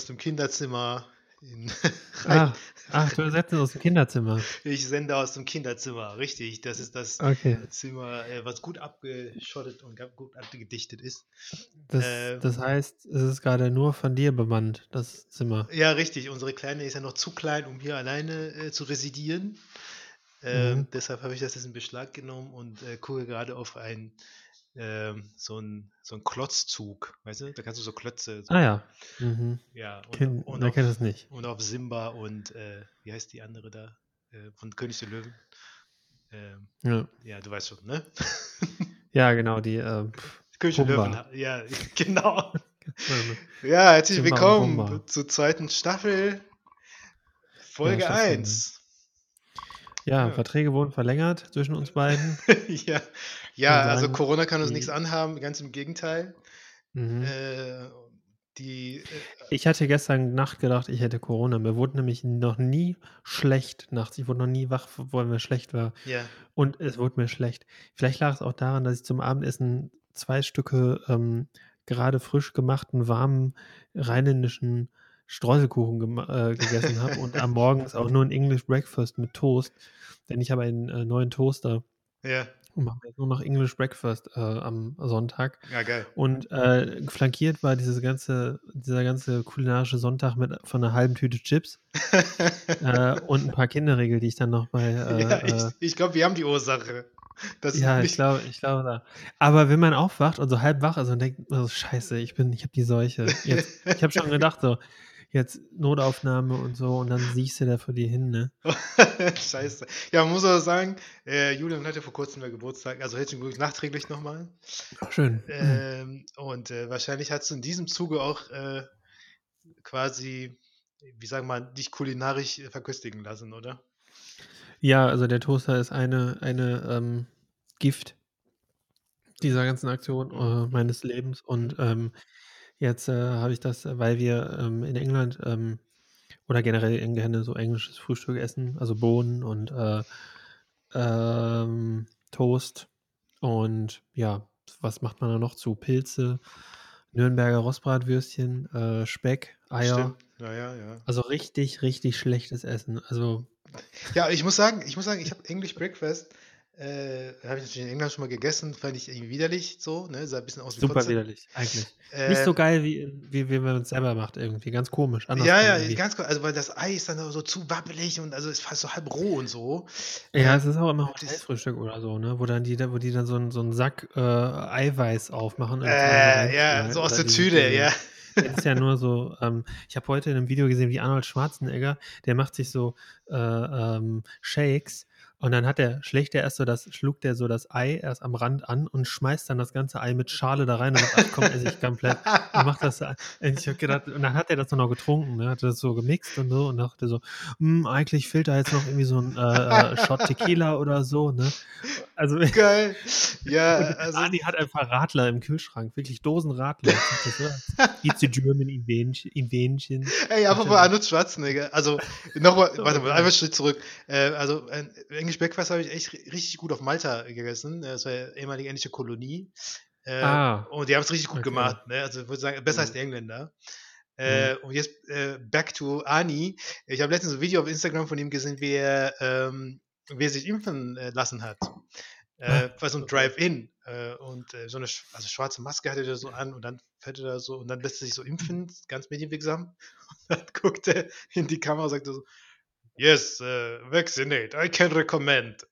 dem Kinderzimmer. Ach, du sitzt aus dem Kinderzimmer. Ich sende aus dem Kinderzimmer, richtig. Das ist das Okay. Zimmer, was gut abgeschottet und gut abgedichtet ist. Das heißt, es ist gerade nur von dir bemannt, das Zimmer. Ja, richtig. Unsere Kleine ist ja noch zu klein, um hier alleine zu residieren. Deshalb habe ich das jetzt in Beschlag genommen und gucke gerade auf so einen Klotzzug, weißt du? Da kannst du so Klötze. So, Ja. Mhm. ja, Wer kennt das nicht? und auf Simba und wie heißt die andere da? Von König der Löwen. Ja. Ja, du weißt schon, ne? Ja, genau, die König der Löwen, Pumba. ja, genau. Ja, herzlich Simba und willkommen Pumba. zur zweiten Staffel, Folge Staffel 1. Ja, Verträge wurden verlängert zwischen uns beiden. Ja, Man also sagen, Corona kann uns nichts anhaben, ganz im Gegenteil. Mhm. Ich Ich hatte gestern Nacht gedacht, ich hätte Corona. Mir wurde nämlich noch nie schlecht nachts. Ich wurde noch nie wach, weil mir schlecht war. Ja. Und es wurde mir schlecht. Vielleicht lag es auch daran, dass ich zum Abendessen 2 Stücke gerade frisch gemachten, warmen, rheinländischen Streuselkuchen gegessen habe und am Morgens auch nur ein English Breakfast mit Toast. Denn ich habe einen neuen Toaster. Ja. Und machen jetzt nur noch English Breakfast am Sonntag. Ja, geil. Und flankiert war dieser ganze kulinarische Sonntag von einer halben Tüte Chips und ein paar Kinderriegel, die ich dann noch bei. Ich glaube, wir haben die Ursache. Das ist Ja, ich nicht. glaube da. Aber wenn man aufwacht und so halb wach ist und denkt, oh, scheiße, ich habe die Seuche. Jetzt, ich habe schon gedacht, so, jetzt Notaufnahme und so und dann siehst du da vor dir hin, ne? Scheiße. Ja, man muss aber sagen, Julian hatte vor kurzem der Geburtstag, also herzlichen Glückwunsch nachträglich nochmal. Ach, schön. Und wahrscheinlich hast du in diesem Zuge auch quasi, wie sagen wir mal, dich kulinarisch verköstigen lassen, oder? Ja, also der Toaster ist eine Gift dieser ganzen Aktion meines Lebens und jetzt habe ich das, weil wir in England oder generell gerne so englisches Frühstück essen, also Bohnen und Toast und ja, was macht man da noch zu? Pilze, Nürnberger Rostbratwürstchen, Speck, Eier. Stimmt. Ja. Also richtig, richtig schlechtes Essen. Also Ja, ich muss sagen, ich habe English Breakfast, habe ich natürlich in England schon mal gegessen, fand ich irgendwie widerlich, so, ne, sah ein bisschen aus wie super Kotze. widerlich, eigentlich. Nicht so geil, wie wenn man es selber macht, irgendwie. Ganz komisch, andersrum Ja, irgendwie. ganz kurz, also weil das Ei ist dann so zu wabbelig und also ist fast so halb roh und so. Ja, es ist auch immer Das, Hotelfrühstück oder so, ne? Wo die dann so einen Sack Eiweiß aufmachen und dann so ja, so reinschneiden. aus Oder der Tüte, ja. das ist ja nur so, ich habe heute in einem Video gesehen, wie Arnold Schwarzenegger, der macht sich so Shakes und dann schluckt er so das Ei erst am Rand an und schmeißt dann das ganze Ei mit Schale da rein und sagt, ach komm, esse ich komplett. Und macht das. Und ich habe gedacht, und dann hat er das noch getrunken, ne? Hat das so gemixt und so und dachte so, eigentlich fehlt da jetzt noch irgendwie so ein Shot Tequila oder so, ne? Also Geil. Ja, und also. Adi hat einfach Radler im Kühlschrank, wirklich Dosen Radler. Ich dachte so, It's a German Invention. Ey, aber bei Arnold Schwarzenegger, also nochmal, warte mal, einmal Schritt zurück. Also English Breakfast habe ich echt richtig gut auf Malta gegessen. Das war ja ehemalige englische Kolonie. Und die haben es richtig gut gemacht. Ne? Also ich würde sagen, besser als die Engländer. Und jetzt back to Ani. Ich habe letztens ein Video auf Instagram von ihm gesehen, wie er sich impfen lassen hat. Bei so einem Drive-In. Und so eine schwarze Maske hatte er so an und dann fährt er da so und dann lässt er sich so impfen, ganz medienwirksam. Und dann guckt er in die Kamera und sagt so: Yes, vaccinate, I can recommend.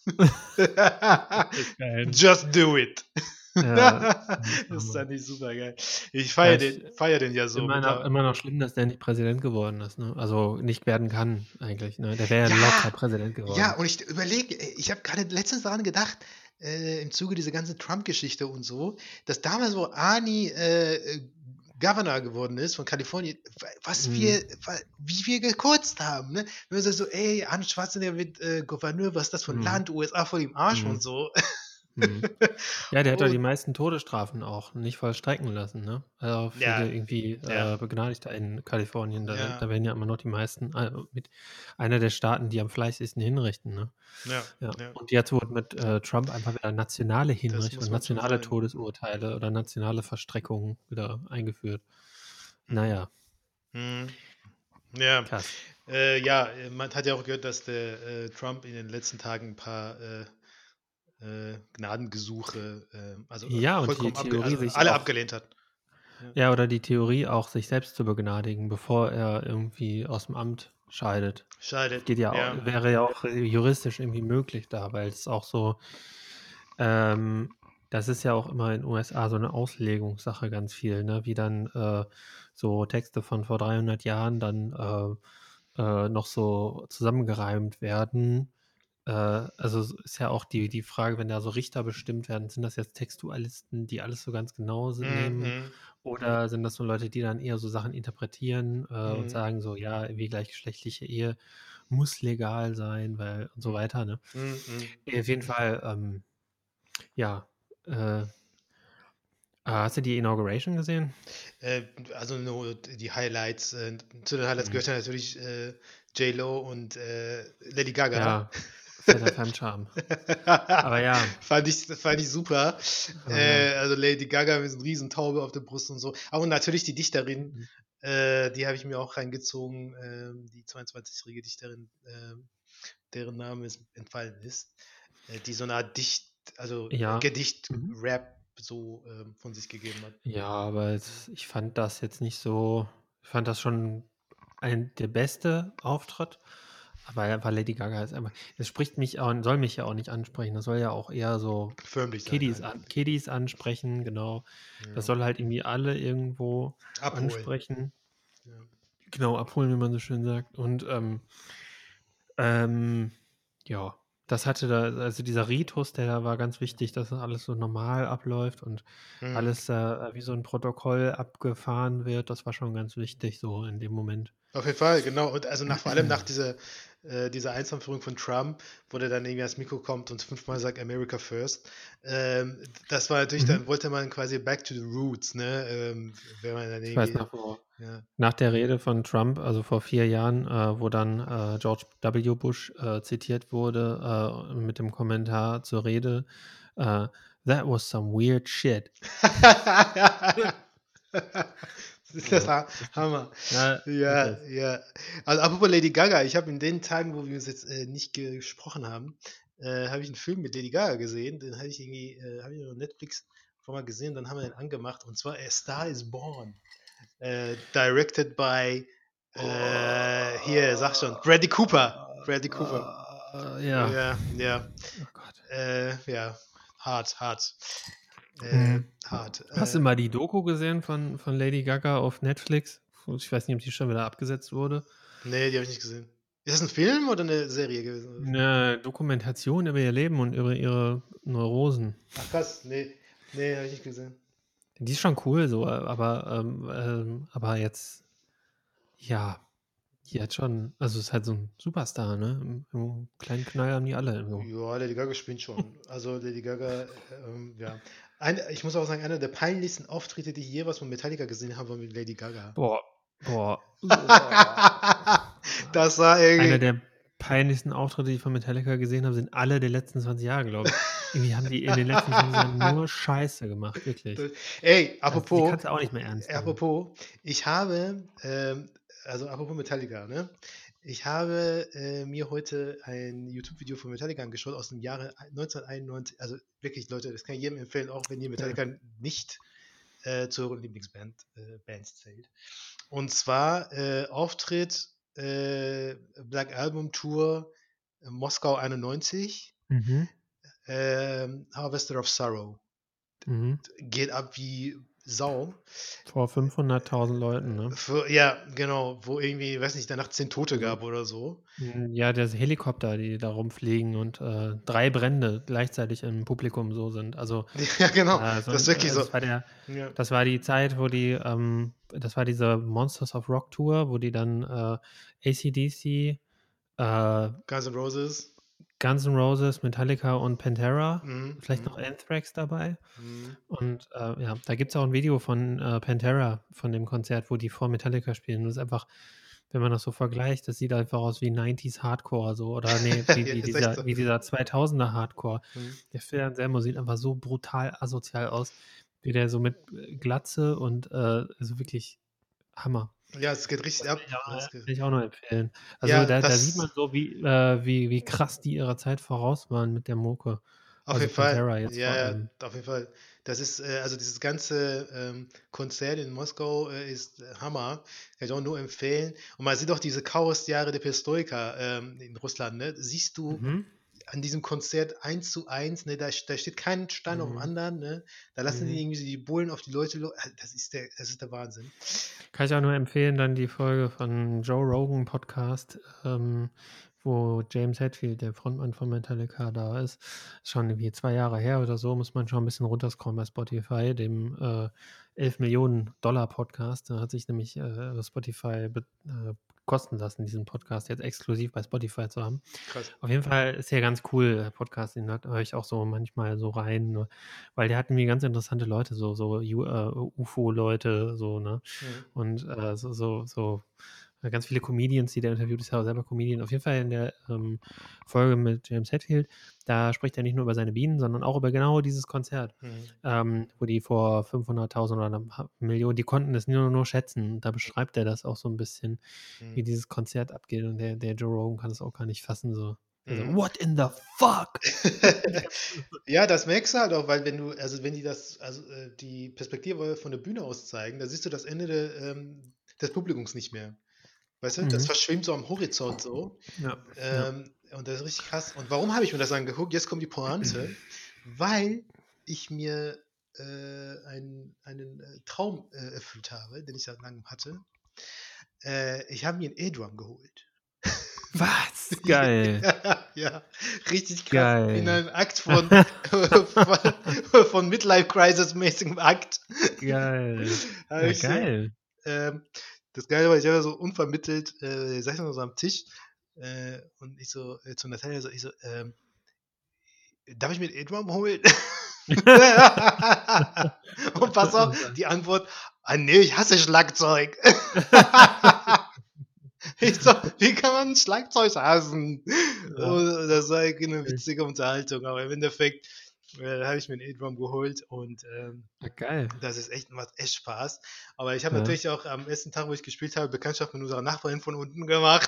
Just do it. Ja, das ist eigentlich super geil. Ich feiere den ja so. Immer noch schlimm, dass der nicht Präsident geworden ist. Ne? Also nicht werden kann eigentlich. Ne? Der wäre ja locker Präsident geworden. Ja, und ich überlege, ich habe gerade letztens daran gedacht, im Zuge dieser ganzen Trump-Geschichte und so, dass damals, wo Arnie Governor geworden ist von Kalifornien, wie wir gekotzt haben, ne? Wenn wir so, ey, Arnold Schwarzenegger wird Gouverneur, was ist das für ein Land, USA voll im Arsch und so. Ja, der hat doch die meisten Todesstrafen auch nicht vollstrecken lassen, ne? Also viele irgendwie Begnadigte in Kalifornien, da werden ja immer noch die meisten, mit einer der Staaten, die am fleißigsten hinrichten, ne? Ja. Und jetzt wurde mit Trump einfach wieder nationale Hinrichtungen, nationale Todesurteile oder nationale Verstreckungen wieder eingeführt. Naja. Mhm. Ja. Krass. Ja, man hat ja auch gehört, dass der Trump in den letzten Tagen ein paar Gnadengesuche, Ja, und die vollkommen Theorie, also sich alle auch abgelehnt hat. ja, oder die Theorie auch, sich selbst zu begnadigen, bevor er irgendwie aus dem Amt scheidet. Scheidet, Geht ja au ja. wäre ja auch juristisch irgendwie möglich da, weil es auch so das ist ja auch immer in USA so 'ne Auslegungssache ganz viel, ne, wie dann, so Texte von vor 300 Jahren dann, noch so zusammengereimt werden. Also, es ist ja auch die Frage, wenn da so Richter bestimmt werden, sind das jetzt Textualisten, die alles so ganz genau Mhm, nehmen, mhm, oder sind das so Leute, die dann eher so Sachen interpretieren, und mhm, sagen so: „Ja, irgendwie gleichgeschlechtliche Ehe muss legal sein“, weil und so mhm, weiter, ne? mhm, mhm. Auf jeden Fall, ja, äh, hast du die Inauguration gesehen? Äh, also nur die Highlights. Zu den Highlights Mhm. gehört ja natürlich J-Lo und Lady Gaga. Ja, fetter Fremdscham. Aber ja, fand ich super. aber ja. Also Lady Gaga mit so einer riesen Taube auf der Brust und so. Aber und natürlich die Dichterin, Mhm. die habe ich mir auch reingezogen, die 22-jährige Dichterin, deren Name es entfallen ist, die so eine Art Ja. Gedicht, Mhm. Rap so von sich gegeben hat. Ja, aber ich fand das jetzt nicht so, ich fand das schon der beste Auftritt, aber einfach Lady Gaga ist einfach, das spricht mich auch, soll mich ja auch nicht ansprechen. Das soll ja auch eher so Förmlich sein halt. Kiddies ansprechen, genau. Das Ja. soll halt irgendwie alle irgendwo Abholen. ansprechen. Ja. Genau, abholen, wie man so schön sagt. Und Ähm, ja, das hatte da, also dieser Ritus, der da war ganz wichtig, dass das alles so normal abläuft und Mhm. alles, wie so ein Protokoll abgefahren wird. Das war schon ganz wichtig so in dem Moment. Auf jeden Fall, genau. Und also vor allem nach dieser Einsamführung von Trump, wo der dann irgendwie ans Mikro kommt und 5-mal sagt America first. Das war natürlich, Mhm. dann wollte man quasi back to the roots, ne? Wenn man dann Ich weiß irgendwie, noch, wo ja. nach der Rede von Trump, also vor 4 Jahren, wo dann, George W. Bush, zitiert wurde, mit dem Kommentar zur Rede, äh: „That was some weird shit.“ Das So, war Hammer. ja, Ja, wirklich. ja. Also apropos Lady Gaga, ich habe in den Tagen, wo wir uns jetzt nicht gesprochen haben, habe ich einen Film mit Lady Gaga gesehen. Den habe ich irgendwie, habe ich auf Netflix vorher mal gesehen, dann haben wir den angemacht. Und zwar A Star is Born. Directed by, hier, sag schon, Bradley Cooper. Bradley Cooper. Ja. Ja, ja. Oh Gott. Ja, hart, hart. Mhm. Hart. Hast du mal die Doku gesehen von Lady Gaga auf Netflix? Ich weiß nicht, ob die schon wieder abgesetzt wurde. Nee, die habe ich nicht gesehen. Ist das ein Film oder eine Serie gewesen? 'Ne Dokumentation über ihr Leben und über ihre Neurosen. Ach krass, nee, nee, habe ich nicht gesehen. Die ist schon cool so, aber jetzt, ja, die hat schon, also, ist halt so 'n Superstar, ne? Im kleinen Knall haben die alle irgendwo. Ja, Lady Gaga spinnt schon. Also Lady Gaga, ja. Ich muss auch sagen, einer der peinlichsten Auftritte, die ich jeweils von Metallica gesehen habe, war mit Lady Gaga. Boah, boah, boah. Das war Einer irgendwie. der peinlichsten Auftritte, die ich von Metallica gesehen habe, sind alle der letzten 20 Jahre, glaube ich. Irgendwie haben die in den letzten 20 Jahren nur Scheiße gemacht, wirklich. Ey, Also, die apropos, kannst du auch nicht mehr ernst nehmen. apropos, ich habe, also apropos Metallica, ne? Ich habe mir heute ein YouTube-Video von Metallica angeschaut aus dem Jahre 1991. Also wirklich, Leute, das kann ich jedem empfehlen, auch wenn ihr Ja. Metallica nicht zu euren Bands zählt. Und zwar Auftritt Black Album Tour Moskau 91, Mhm, Harvester of Sorrow. mhm. Geht ab wie Sau. Vor 500.000 Leuten, ne? Ja, genau, wo irgendwie, weiß nicht, danach 10 Tote Also, gab oder so. ja, das Helikopter, die da rumfliegen und, 3 Brände gleichzeitig im Publikum so sind. Also, Ja, genau, das ist wirklich so. das war Ja. das war die Zeit, wo die, das war diese Monsters of Rock Tour, wo die dann, AC/DC, äh, Guns N' Roses. Guns N' Roses, Metallica und Pantera, Mhm, vielleicht mhm, noch Anthrax dabei. mhm. Und, ja, da gibt's auch ein Video von, Pantera, von dem Konzert, wo die vor Metallica spielen. Das ist einfach, wenn man das so vergleicht, das sieht einfach aus wie 90s Hardcore so, oder ne, Ja, ist echt so. wie dieser 2000er Hardcore. Mhm. Der Phil Anselmo sieht einfach so brutal asozial aus, wie der so mit, Glatze und, also wirklich Hammer. Ja, es geht richtig Das ab. Es kann geht, ich auch nur empfehlen. Also, ja, da sieht man das so, wie krass die ihrer Zeit voraus waren mit der Mucke. auf Also, jeden Fall. Pantera jetzt vor Ja, ja, allem. auf jeden Fall. Das ist, also dieses ganze Konzert in Moskau ist Hammer. Kann ich auch nur empfehlen. Und man sieht auch diese Chaosjahre der Perestroika in Russland, ne? Siehst du Mhm. an diesem Konzert 1:1, ne? Da steht kein Stein auf dem Mhm. anderen, ne? Da lassen die Mhm. irgendwie so die Bullen auf die Leute das ist der Wahnsinn. Kann ich auch nur empfehlen, dann die Folge von Joe Rogan Podcast, wo James Hetfield, der Frontmann von Metallica, da ist. Schon irgendwie 2 Jahre her oder so, muss man schon ein bisschen runterscrollen bei Spotify, dem 11 Millionen Dollar Podcast. Da hat sich nämlich Spotify kosten lassen, diesen Podcast jetzt exklusiv bei Spotify zu haben. Krass. Auf jeden Fall ist der ganz cool, der Podcast, den höre ich auch so manchmal so rein, ne? Weil der hat irgendwie ganz interessante Leute, so UFO-Leute, so, ne? Mhm. Und ganz viele Comedians, die der interviewt, ist ja auch selber Comedian. Auf jeden Fall in der Folge mit James Hetfield, da spricht er nicht nur über seine Bienen, sondern auch über genau dieses Konzert, Mhm. wo die vor 500.000 oder einer Million, die konnten das nur schätzen. Da beschreibt er das auch so ein bisschen, wie Mhm. dieses Konzert abgeht. Und der Joe Rogan kann das auch gar nicht fassen. So. Also, Mhm. what in the fuck? Die ganze- Ja, das merkst du halt auch, weil wenn die die Perspektive von der Bühne aus zeigen, da siehst du das Ende des Publikums nicht mehr. Weißt du, das Mhm. verschwimmt so am Horizont so. Ja, ja. Und das ist richtig krass. Und warum habe ich mir das angeguckt? Jetzt kommt die Pointe. Weil ich mir einen Traum erfüllt habe, den ich seit langem hatte. Ich habe mir einen E-Drum geholt. Was? Geil. Ja, ja, richtig krass. In Geil. einem Akt von Midlife-Crisis-mäßigem Akt. Geil. Habe Ja, ich so, geil. ähm, das Geile war, ich habe ja so unvermittelt, saß noch so am Tisch und ich so zu Natalia so, darf ich mir den E-Drum holen? Und pass auf, die Antwort, nee, ich hasse Schlagzeug. Ich so, wie kann man ein Schlagzeug hassen? Ja, Und das war irgendwie eine okay. witzige Unterhaltung, aber im Endeffekt habe ich mir einen E-Drum geholt und Ja, geil. das ist echt, macht echt Spaß. Aber ich habe Ja. natürlich auch am ersten Tag, wo ich gespielt habe, Bekanntschaft mit unserer Nachbarin von unten gemacht.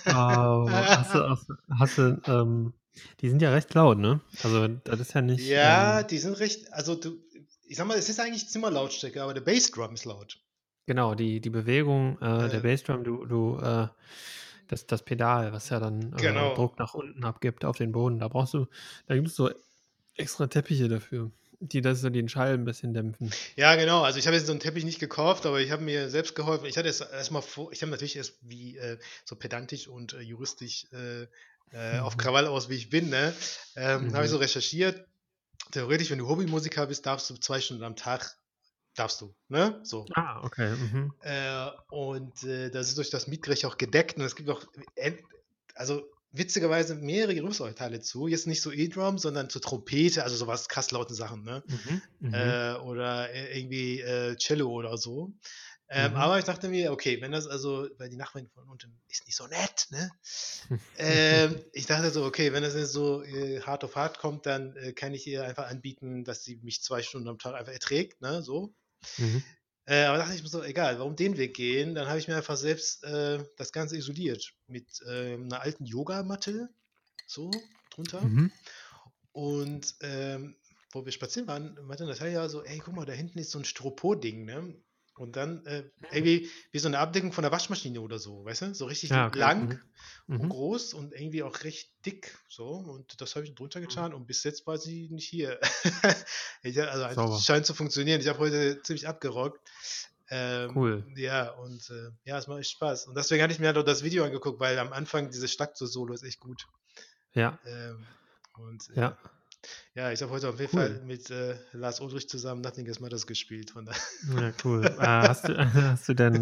Die sind ja recht laut, ne? Also, das ist ja nicht, Ja, die sind recht, also ich sag mal, es ist eigentlich Zimmerlautstärke, aber der Bassdrum ist laut. genau, die Bewegung der Äh, Bassdrum, das Pedal, was ja dann genau. Druck nach unten abgibt auf den Boden, da gibt es so extra Teppiche dafür, die das so den Schall ein bisschen dämpfen. Ja, genau. Also ich habe jetzt so einen Teppich nicht gekauft, aber ich habe mir selbst geholfen. Ich hatte es erstmal vor, ich habe natürlich erst wie so pedantisch und juristisch auf Mhm. Krawall aus, wie ich bin, ne? Habe ich Mhm. so recherchiert. Theoretisch, wenn du Hobbymusiker bist, darfst du 2 Stunden am Tag, darfst du, ne? So. Ah, okay. Mhm. Das ist durch das Mietrecht auch gedeckt und es gibt auch, also witzigerweise mehrere Berufsvorteile zu. Jetzt nicht so E-Drum, sondern zur Trompete, also sowas krass lauten Sachen, ne? Mhm. Mhm. Oder irgendwie Cello oder so. Mhm. Aber ich dachte mir, okay, wenn das also, weil die Nachbarin von unten ist nicht so nett, ne? Ich dachte so, okay, wenn das jetzt so hart auf hart kommt, dann kann ich ihr einfach anbieten, dass sie mich 2 Stunden am Tag einfach erträgt, ne? So. Mhm. Aber dachte ich mir so, egal, warum den Weg gehen? Dann habe ich mir einfach selbst das Ganze isoliert mit einer alten Yogamatte, so drunter. Mhm. Und wo wir spazieren waren, meinte Natalia so, ey, guck mal, da hinten ist so ein Styropor-Ding, ne? Und dann irgendwie wie so eine Abdeckung von der Waschmaschine oder so, weißt du? So richtig Ja, okay. lang Mhm. und Mhm. groß und irgendwie auch recht dick, so. Und das habe ich drunter Mhm. getan und bis jetzt war sie nicht hier. Also Sauber. scheint zu funktionieren. Ich habe heute ziemlich abgerockt. Cool. Ja, und ja, es macht echt Spaß. Und deswegen hatte ich mir halt auch das Video angeguckt, weil am Anfang dieses Schlagzeug-Solo ist echt gut. Ja, Ähm, und ja, ja, ich habe heute auf jeden cool. Fall mit Lars Ulrich zusammen Nothing Else Matters gespielt. Von daher. Ja, cool. Hast du denn,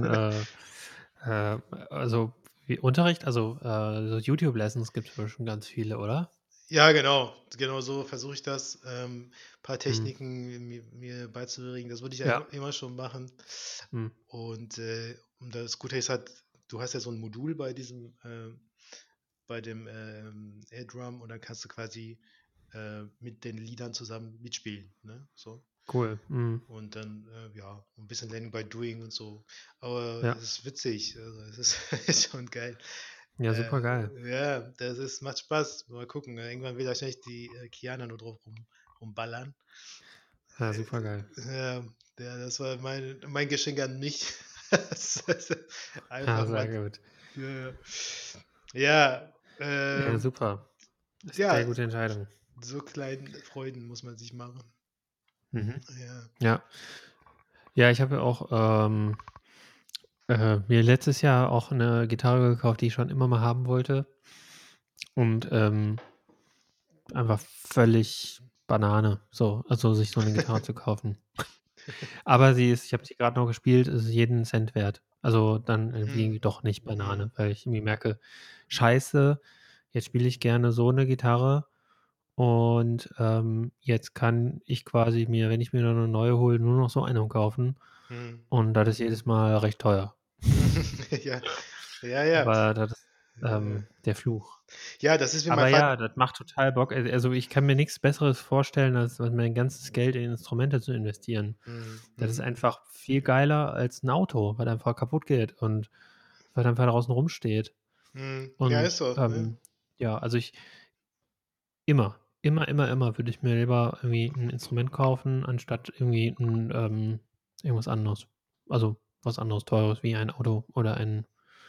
also wie Unterricht, also so YouTube-Lessons gibt es wohl schon ganz viele, oder? Ja, genau. Genau so versuche ich das. Paar Hm. Techniken mir beizubringen. Das würde ich ja Ja. immer schon machen. Hm. Und das Gute ist halt, du hast ja so ein Modul bei dem AirDrum und dann kannst du quasi mit den Liedern zusammen mitspielen. Ne? So. Cool. Mhm. Und dann, ja, ein bisschen Learning by Doing und so. Aber Ja. es ist witzig. Also, es ist, ist schon geil. Ja, super geil. Ja, macht Spaß. Mal gucken. Irgendwann will wahrscheinlich die Kiana nur drauf rumballern. Ja, super geil. Ja, das war mein Geschenk an mich. Ja, Einfach sehr mal. gut. Ja, ja, Ja, super. Das ist eine ja, sehr gute Entscheidung. so kleine Freuden muss man sich machen. Mhm. Ja. Ja. Ja, ich habe ja auch mir letztes Jahr auch eine Gitarre gekauft, die ich schon immer mal haben wollte. Und einfach völlig Banane. So, also sich so eine Gitarre zu kaufen. Aber ich habe sie gerade noch gespielt, ist jeden Cent wert. Also dann irgendwie doch nicht Banane, weil ich irgendwie merke, scheiße, jetzt spiele ich gerne so eine Gitarre und jetzt kann ich quasi mir, wenn ich mir noch eine neue hole, nur noch so eine kaufen. Und das ist jedes Mal recht teuer. Ja, ja. Aber das ist der Fluch. Ja, das ist wie mein Aber ja, Vater. das macht total Bock. Also ich kann mir nichts Besseres vorstellen, als mein ganzes Geld in Instrumente zu investieren. Das ist einfach viel geiler als ein Auto, weil einfach kaputt geht und weil einfach draußen rumsteht. Ja, ist Und so. Ne? ja, also immer würde ich mir lieber irgendwie ein Instrument kaufen, anstatt irgendwie irgendwas anderes. Also was anderes Teures wie ein Auto oder ein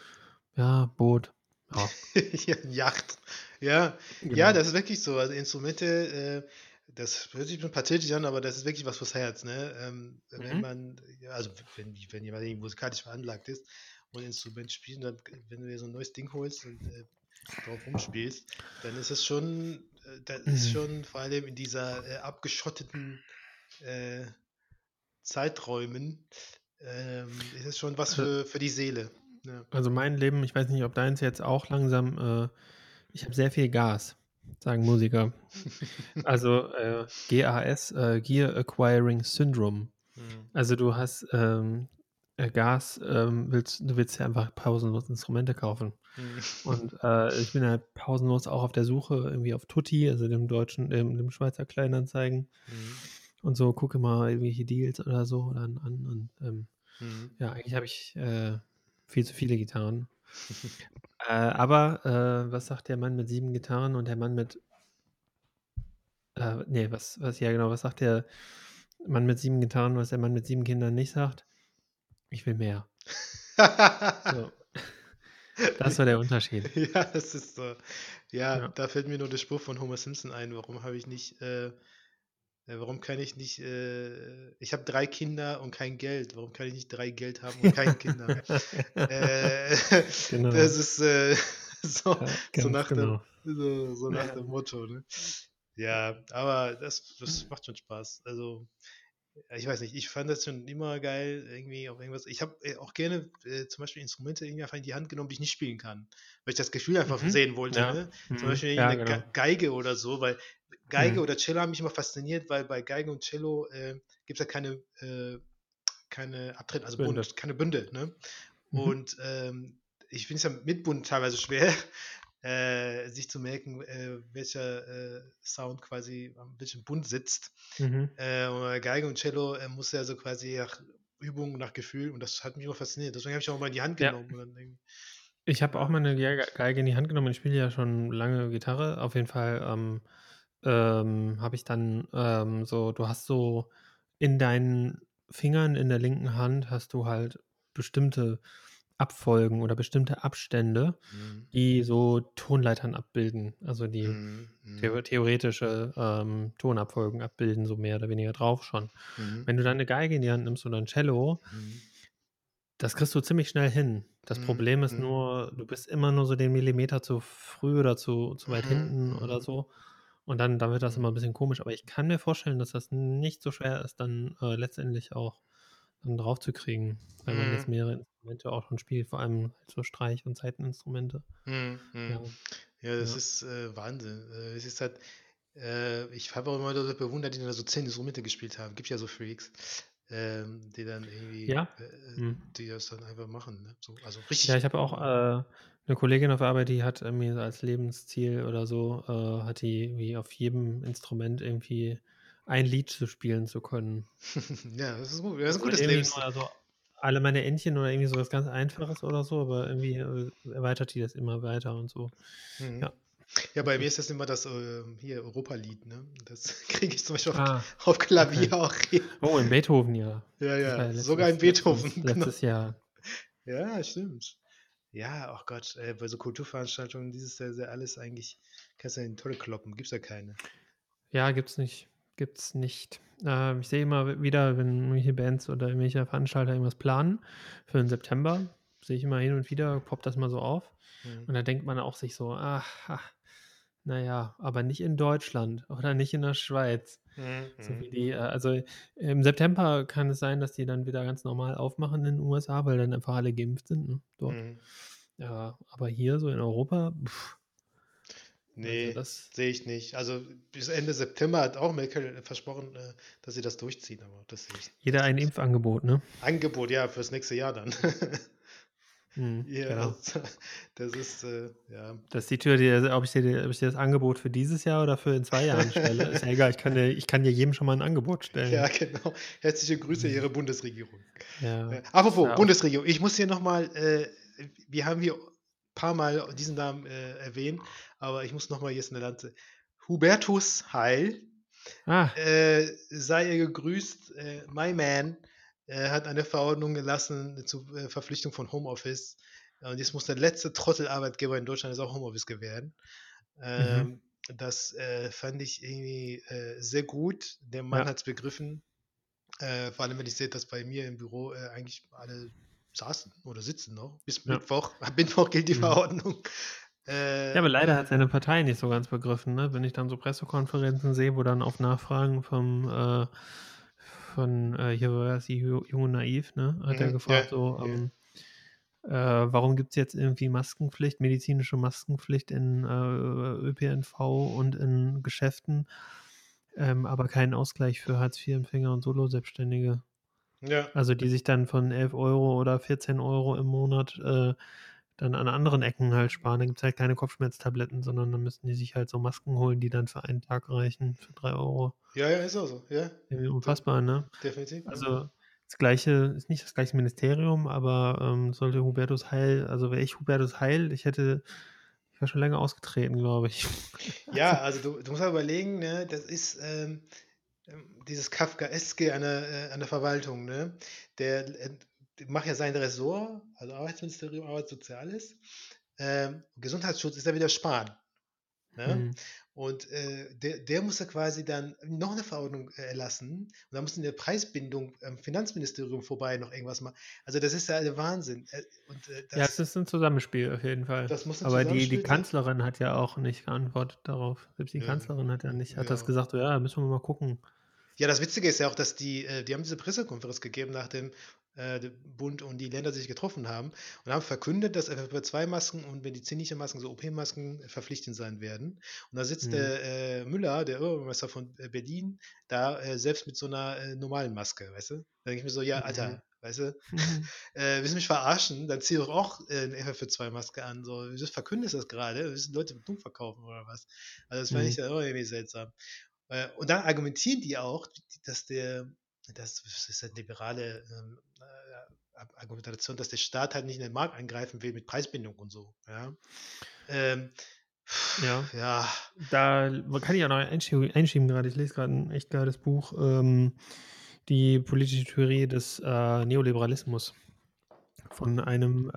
Boot. Ja, Ja, Yacht. Ja, ja, genau. das ist wirklich so. Also Instrumente, das hört sich ein pathetisch an, aber das ist wirklich was fürs Herz, ne? Wenn Mhm. man, ja, also wenn jemand irgendwie musikalisch veranlagt ist und Instrument spielt, dann, wenn du dir so ein neues Ding holst und drauf rumspielst, dann ist es schon, das ist Mhm. schon vor allem in dieser abgeschotteten äh, Zeiträumen, ist es schon was Also, für die Seele. Ja. also mein Leben, ich weiß nicht, ob deins jetzt auch langsam, ich habe sehr viel Gas, sagen Musiker. Also GAS, Gear Acquiring Syndrome. Hm. Also du hast Gas, du willst ja einfach pausenlos Instrumente kaufen. Hm. Und ich bin halt pausenlos auch auf der Suche irgendwie auf Tutti, also dem Schweizer Kleinanzeigen. Hm. Und so gucke mal irgendwelche Deals oder so dann an. Und Hm. ja, eigentlich habe ich viel zu viele Gitarren. Aber was sagt der Mann mit 7 Gitarren und der Mann mit nee, was sagt der Mann mit 7 Gitarren, was der Mann mit 7 Kindern nicht sagt? Ich will mehr. So, das war der Unterschied. Ja, das ist so. Ja, Ja. da fällt mir nur der Spruch von Homer Simpson ein. Warum kann ich nicht, ich habe 3 Kinder und kein Geld. Warum kann ich nicht 3 Geld haben und kein Kinder? Äh, Genau. Das ist so, Ja, so ganz nach dem, genau. so nach dem Motto, ne? Ja, aber das macht schon Spaß. Also, ja, ich weiß nicht, ich fand das schon immer geil, irgendwie auch irgendwas. Ich habe auch gerne zum Beispiel Instrumente irgendwie einfach in die Hand genommen, die ich nicht spielen kann, weil ich das Gefühl einfach Mhm. sehen wollte, Ja. ne? Zum Mhm. Beispiel Ja, irgendwie eine genau. Geige oder so, weil Geige Mhm. oder Cello haben mich immer fasziniert, weil bei Geige und Cello gibt es ja keine Abtritte, also Bünde. keine Bünde, ne? Mhm. Und ich finde es ja mit Bund teilweise schwer, sich zu merken, welcher Sound quasi an welchem Bund sitzt. Mhm. Und bei Geige und Cello muss ja so quasi nach Übung, nach Gefühl, und das hat mich immer fasziniert. Deswegen habe ich auch mal in die Hand Ja. genommen. Und dann irgendwie, Ich habe auch ja. mal eine Geige in die Hand genommen. Ich spiele ja schon lange Gitarre. Auf jeden Fall habe ich dann so, du hast so in deinen Fingern in der linken Hand hast du halt bestimmte Abfolgen oder bestimmte Abstände, Mhm. die so Tonleitern abbilden. Also die Mhm. Mhm. theoretische Tonabfolgen abbilden, so mehr oder weniger drauf schon. Mhm. Wenn du dann eine Geige in die Hand nimmst oder ein Cello, Mhm. das kriegst du ziemlich schnell hin. Das Mhm. Problem ist Mhm. nur, du bist immer nur so den Millimeter zu früh oder zu weit Mhm. hinten oder Mhm. so. Und dann wird das immer Mhm. ein bisschen komisch. Aber ich kann mir vorstellen, dass das nicht so schwer ist, dann letztendlich auch dann drauf zu kriegen, wenn man jetzt Mhm. mehrere Instrumente auch schon spielt, vor allem halt so Streich- und Saiteninstrumente. Mhm. Ja, Mhm. Ja, das ja. ist Wahnsinn. Es ist halt, ich habe auch immer Leute bewundert, die dann so 10 Instrumente gespielt haben. Gibt ja so Freaks, die dann irgendwie, Ja. Hm. die das dann einfach machen. Ne? So, also Ja, richtig. ich habe auch 'Ne Kollegin auf Arbeit, die hat irgendwie so als Lebensziel oder so, hat die irgendwie auf jedem Instrument irgendwie ein Lied zu spielen zu können. Ja, das ist gut. Das ist 'n Also, gutes irgendwie Lebensziel. nur also „Alle meine Entchen“ oder irgendwie so was ganz Einfaches oder so, aber irgendwie, erweitert die das immer weiter und so. Mhm. Ja, Ja, bei das mir ist ist das immer das, hier Europalied, ne? Das kriege ich zum Beispiel ah, auf okay. Klavier auch hin. Oh, in Beethoven, ja. Ja, Das war ja, ja sogar in letztes Beethoven, letztes genau. letztes Jahr. Ja, stimmt. Ja, ach Gott, bei so Kulturveranstaltungen, dieses Jahr ist ja alles eigentlich kannst ja in die Tonne kloppen, gibt's ja keine. Ja, gibt's nicht. Ich sehe immer wieder, wenn irgendwelche Bands oder irgendwelche Veranstalter irgendwas planen für den September, sehe ich immer hin und wieder, poppt das mal so auf. Mhm. Und da denkt man auch sich so: na ja, aber nicht in Deutschland oder nicht in der Schweiz.“ Mhm, So mhm, wie die also, im September kann es sein, dass die dann wieder ganz normal aufmachen in den USA, weil dann einfach alle geimpft sind, ne, dort. mhm. Ja, aber hier so in Europa, also Ne, das sehe ich nicht. Also, bis Ende September hat auch Merkel versprochen, dass sie das durchziehen, aber das sehe ich jeder das ein Impfangebot, ne? Angebot, ja, fürs nächste Jahr dann. Mhm, Ja, genau. also, das ist, ja. Das ist die Tür, die ob ich dir das Angebot für dieses Jahr oder für in 2 Jahren stelle, ist ja egal. Ich kann ja jedem schon mal 'n Angebot Ja, stellen. genau. Herzliche Grüße, Mhm. Ihre Bundesregierung. Ja, ist Apropos ja auch Bundesregierung, ich muss hier noch mal, wir haben hier paar Mal diesen Namen, erwähnt, aber ich muss noch mal jetzt 'ne Lanze Hubertus Heil, ah, sei er gegrüßt, my man, hat eine Verordnung gelassen zur, Verpflichtung von Homeoffice. Und jetzt muss der letzte Trottelarbeitgeber in Deutschland jetzt auch Homeoffice gewähren. mhm, Das, fand ich irgendwie, sehr gut. Der Mann ja, hat's begriffen. Vor allem, wenn ich sehe, dass bei mir im Büro, eigentlich alle saßen oder sitzen noch bis ja, Mittwoch. Ab Mittwoch gilt die mhm. Verordnung. Ja, aber leider Ja, hat seine Partei nicht so ganz begriffen, ne? Wenn ich dann so Pressekonferenzen sehe, wo dann auf Nachfragen hier war das die Jung und Naiv, ne, hat er mhm, ja, gefragt so, ja, warum gibt's jetzt irgendwie Maskenpflicht, medizinische Maskenpflicht in, ÖPNV und in Geschäften, aber keinen Ausgleich für Hartz-IV-Empfänger und Solo-Selbstständige. ja. Also, die sich dann von 11 € oder 14 € im Monat, dann an anderen Ecken halt sparen. Da gibt's halt keine Kopfschmerztabletten, sondern dann müssten die sich halt so Masken holen, die dann für einen Tag reichen, für 3 €. Ja, ja, ist auch so, ja. Irgendwie De unfassbar, ne? definitiv, ja. Also, das Gleiche ist nicht das gleiche Ministerium, aber, sollte Hubertus Heil also, wäre ich Hubertus Heil, ich wäre schon länger ausgetreten, glaube ich. Also Ja, also du musst mal überlegen, ne, das ist, dieses Kafkaeske an der Verwaltung, ne? Die macht ja sein Ressort, also Arbeitsministerium, Arbeitssoziales. Gesundheitsschutz ist ja wieder Spahn, ne? mhm. Und, der muss ja quasi dann noch eine Verordnung, erlassen und dann muss in der Preisbindung am Finanzministerium vorbei noch irgendwas machen. Also, das ist ja der Wahnsinn. Und, Ja, es ist 'n Zusammenspiel auf jeden Fall. das muss ein Aber die Zusammenspiel sein. Kanzlerin hat ja auch nicht geantwortet darauf. Selbst die Ja, Kanzlerin hat das ja. gesagt, so: „Ja, müssen wir mal gucken.“ Ja, das Witzige ist ja auch, dass die haben diese Pressekonferenz gegeben, nachdem, der Bund und die Länder sich getroffen haben und haben verkündet, dass FFP2-Masken und medizinische Masken, so OP-Masken, verpflichtend sein werden. Und da sitzt Mhm. der, Müller, der Bürgermeister von, Berlin, da, selbst mit so einer normalen Maske, weißt du? Da denke ich mir so: „Ja, Mhm. Alter, weißt du, Mhm. willst du mich verarschen? Dann zieh doch auch, 'ne FFP2-Maske an, so. Wieso verkündest du das gerade? Willst du Leute dumm verkaufen oder was?“ Also, das fand ich Mhm. dann auch irgendwie seltsam. Und dann argumentieren die auch, dass das ist eine liberale Argumentation, dass der Staat halt nicht in den Markt eingreifen will mit Preisbindung und so. Ja, ähm, Ja, ja, da kann ich auch noch einschieben grade. Ich lese grad 'n echt geiles Buch, „Die politische Theorie des, Neoliberalismus“ von einem,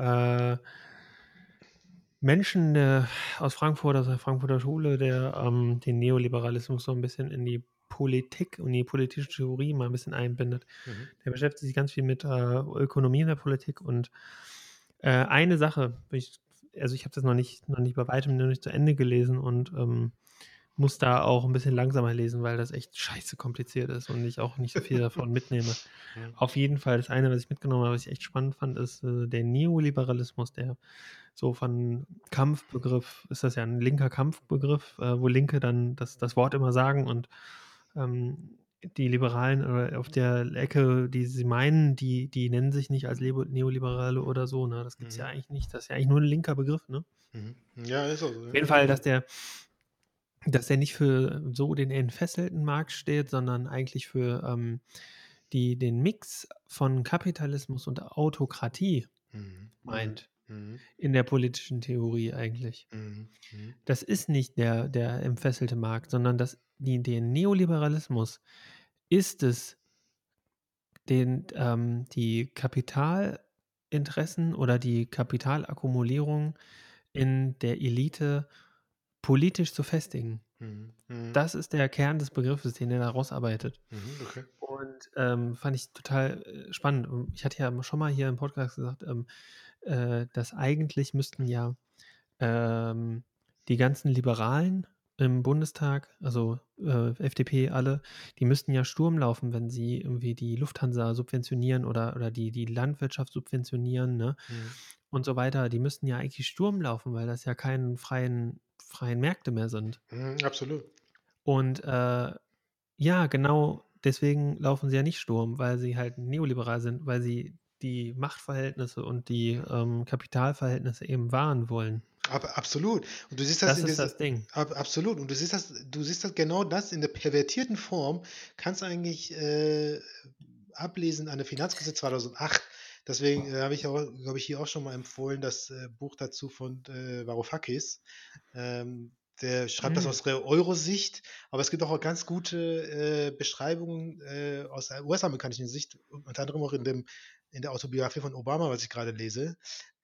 Menschen, der aus Frankfurt, aus der Frankfurter Schule, der, den Neoliberalismus so 'n bisschen in die Politik und die politische Theorie mal 'n bisschen einbindet. mhm, Der beschäftigt sich ganz viel mit, Ökonomie in der Politik und, eine Sache, ich habe das noch nicht bei weitem noch nicht zu Ende gelesen und, muss da auch 'n bisschen langsamer lesen, weil das echt scheiße kompliziert ist und ich auch nicht so viel davon mitnehme. mhm, Auf jeden Fall das eine, was ich mitgenommen habe, was ich echt spannend fand, ist, der Neoliberalismus, der so von Kampfbegriff ist das ja 'n linker Kampfbegriff, wo Linke dann das Wort immer sagen und, ähm, die Liberalen auf der Ecke, die sie meinen, die nennen sich nicht als Neoliberale oder so, ne? Das gibt's ja eigentlich nicht. Das ist ja eigentlich nur ein linker Begriff, ne? Ja, ist auch so. Auf jeden Fall, dass der nicht für so den entfesselten Markt steht, sondern eigentlich für den Mix von Kapitalismus und Autokratie meint. In der politischen Theorie eigentlich. Das ist nicht der entfesselte Markt, sondern der Neoliberalismus ist es, die Kapitalinteressen oder die Kapitalakkumulierung in der Elite politisch zu festigen. Das ist der Kern des Begriffes, den er da rausarbeitet. Okay. Und fand ich total spannend. Und ich hatte ja schon mal hier im Podcast gesagt, dass eigentlich müssten ja die ganzen Liberalen im Bundestag, also FDP alle, die müssten ja Sturm laufen, wenn sie irgendwie die Lufthansa subventionieren oder die Landwirtschaft subventionieren, ne? Und so weiter. Die müssten ja eigentlich Sturm laufen, weil das ja keine freien Märkte mehr sind. Absolut. Und ja, genau deswegen laufen sie ja nicht Sturm, weil sie halt neoliberal sind, weil sie die Machtverhältnisse und die Kapitalverhältnisse eben wahren wollen. Absolut. Und du siehst das Das ist das Ding. Absolut. Und du siehst das genau das in der pervertierten Form, kannst du eigentlich ablesen an der Finanzkrise 2008. Deswegen habe ich auch, glaube ich, hier auch schon mal empfohlen, das Buch dazu von Varoufakis. Der schreibt das aus der Euro-Sicht, aber es gibt auch ganz gute Beschreibungen aus der US-amerikanischen Sicht, unter anderem auch in der Autobiografie von Obama, was ich gerade lese.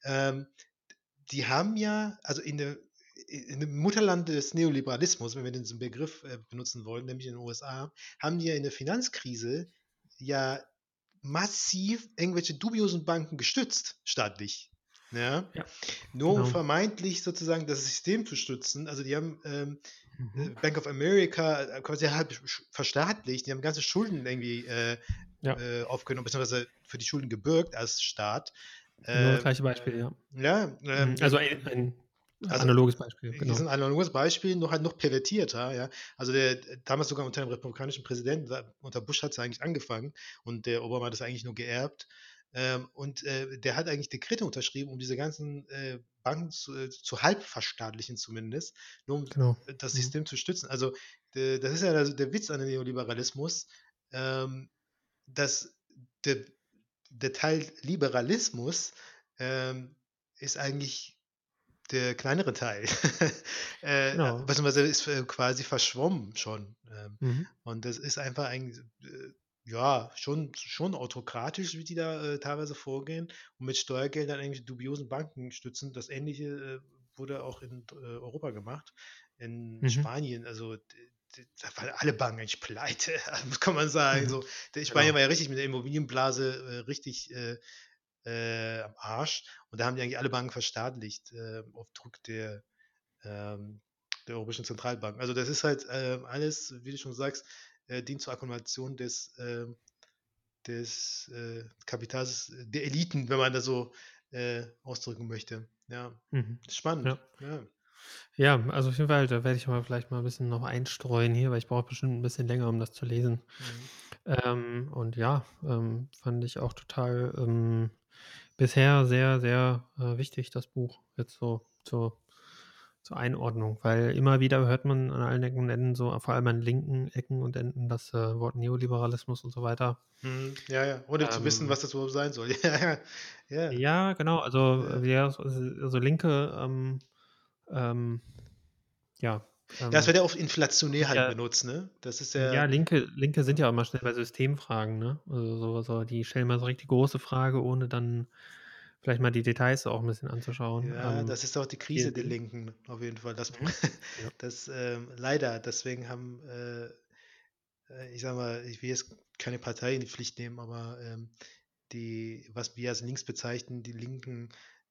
Die haben ja, also in dem Mutterland des Neoliberalismus, wenn wir diesen Begriff benutzen wollen, nämlich in den USA, haben die ja in der Finanzkrise ja massiv irgendwelche dubiosen Banken gestützt, staatlich. Ja? Nur um genau. vermeintlich sozusagen das System zu stützen. Also die haben Bank of America quasi halb verstaatlicht, die haben ganze Schulden irgendwie aufgenommen, beziehungsweise für die Schulden gebürgt als Staat. Genau das gleiche Beispiel, ja. Ja, Also ein also analoges Beispiel, hier genau. ist ein analoges Beispiel, nur halt noch pervertierter, ja. Also damals sogar unter dem republikanischen Präsidenten, unter Bush hat es eigentlich angefangen und der Obama hat es eigentlich nur geerbt. Und der hat eigentlich Dekrete unterschrieben, um diese ganzen Banken zu halb verstaatlichen zumindest, nur um Genau. das System zu stützen. Also das ist ja der Witz an dem Neoliberalismus, dass der, der Teil Liberalismus ist eigentlich der kleinere Teil. Genau. Beziehungsweise ist quasi verschwommen schon. Mhm. Und das ist einfach eigentlich, ja, schon autokratisch, wie die da teilweise vorgehen und mit Steuergeldern eigentlich dubiosen Banken stützen. Das Ähnliche wurde auch in Europa gemacht. In Spanien, also da waren alle Banken eigentlich pleite, kann man sagen. So, Spanien war ja richtig mit der Immobilienblase richtig am Arsch. Und da haben die eigentlich alle Banken verstaatlicht, auf Druck der Europäischen Zentralbank. Also das ist halt alles, wie du schon sagst, dient zur Akkumulation des Kapitals der Eliten, wenn man das so ausdrücken möchte. Ja, spannend. Ja. Ja, also auf jeden Fall, da werde ich vielleicht mal ein bisschen noch einstreuen hier, weil ich brauche bestimmt ein bisschen länger, um das zu lesen. Und ja, fand ich auch total bisher sehr, sehr wichtig, das Buch jetzt so zur Einordnung, weil immer wieder hört man an allen Ecken und Enden so, vor allem an linken Ecken und Enden, das Wort Neoliberalismus und so weiter. Ja. Ohne zu wissen, was das überhaupt sein soll. Ja. Ja, genau. Also, also Linke, ja. Das wird ja oft inflationär halt Ja, benutzt, ne? Das ist ja, ja. Linke sind ja auch immer schnell bei Systemfragen, ne? Also die stellen mal so richtig große Frage, ohne dann vielleicht mal die Details auch ein bisschen anzuschauen. Ja, das ist auch die Krise Vielen der Dingen. Linken, auf jeden Fall. Ja. Das leider, deswegen haben, ich sag mal, ich will jetzt keine Partei in die Pflicht nehmen, aber was wir als links bezeichnen, die linken,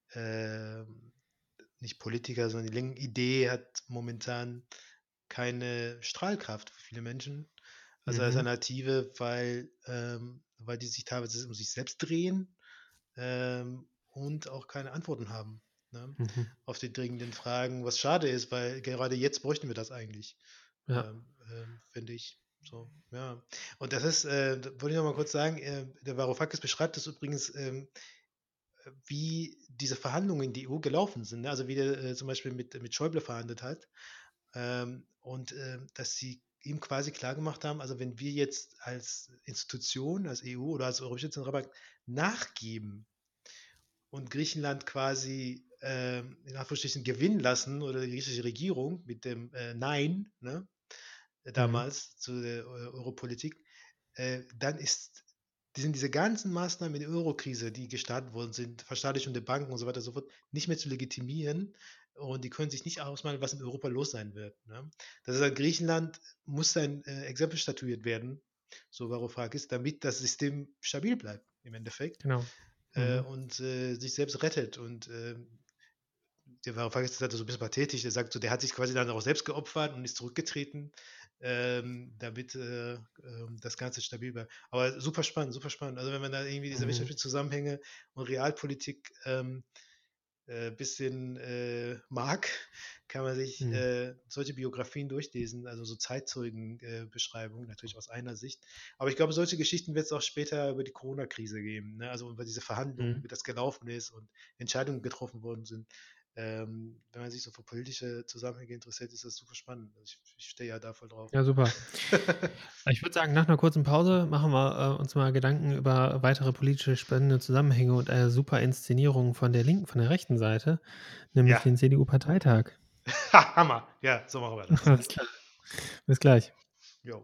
nicht Politiker, sondern die linken Idee hat momentan keine Strahlkraft für viele Menschen. Also Alternative, weil die sich teilweise um sich selbst drehen und auch keine Antworten haben, ne? Auf die dringenden Fragen, was schade ist, weil gerade jetzt bräuchten wir das eigentlich, Ja. finde ich. So, ja. Und das ist, wollte ich noch mal kurz sagen, der Varoufakis beschreibt das übrigens, wie diese Verhandlungen in die EU gelaufen sind, ne? Also, wie der, zum Beispiel mit Schäuble verhandelt hat, und, dass sie ihm quasi klargemacht haben, also, wenn wir jetzt als Institution, als EU oder als Europäische Zentralbank nachgeben und Griechenland quasi, in Anführungsstrichen gewinnen lassen oder die griechische Regierung mit dem, Nein, ne, Mhm. damals zu der Europolitik, dann sind diese ganzen Maßnahmen in der Eurokrise, die gestartet worden sind, Verstaatlichung der Banken und so weiter und so fort, nicht mehr zu legitimieren und die können sich nicht ausmalen, was in Europa los sein wird. Ne? Das heißt, Griechenland muss ein Exempel statuiert werden, so Varoufakis, damit das System stabil bleibt im Endeffekt, Genau. Mhm. und sich selbst rettet. Und der Varoufakis ist halt so ein bisschen pathetisch. Der sagt so, der hat sich quasi dann auch selbst geopfert und ist zurückgetreten, damit das Ganze stabil bleibt. Aber super spannend, super spannend. Also wenn man da irgendwie diese Mhm. wirtschaftlichen Zusammenhänge und Realpolitik bisschen mag, kann man sich Mhm. solche Biografien durchlesen, also so Zeitzeugenbeschreibungen, natürlich aus einer Sicht. Aber ich glaube, solche Geschichten wird es auch später über die Corona-Krise geben, ne? Also über diese Verhandlungen, Mhm. wie das gelaufen ist und Entscheidungen getroffen worden sind. Wenn man sich so für politische Zusammenhänge interessiert, ist das super spannend. Also ich stehe ja da voll drauf. Ja, super. Ich würde sagen, nach einer kurzen Pause machen wir uns mal Gedanken über weitere politische spannende Zusammenhänge und eine super Inszenierung von der linken, von der rechten Seite, nämlich Ja, den CDU-Parteitag. Hammer. Ja, so machen wir das. Alles klar. Bis gleich. Jo.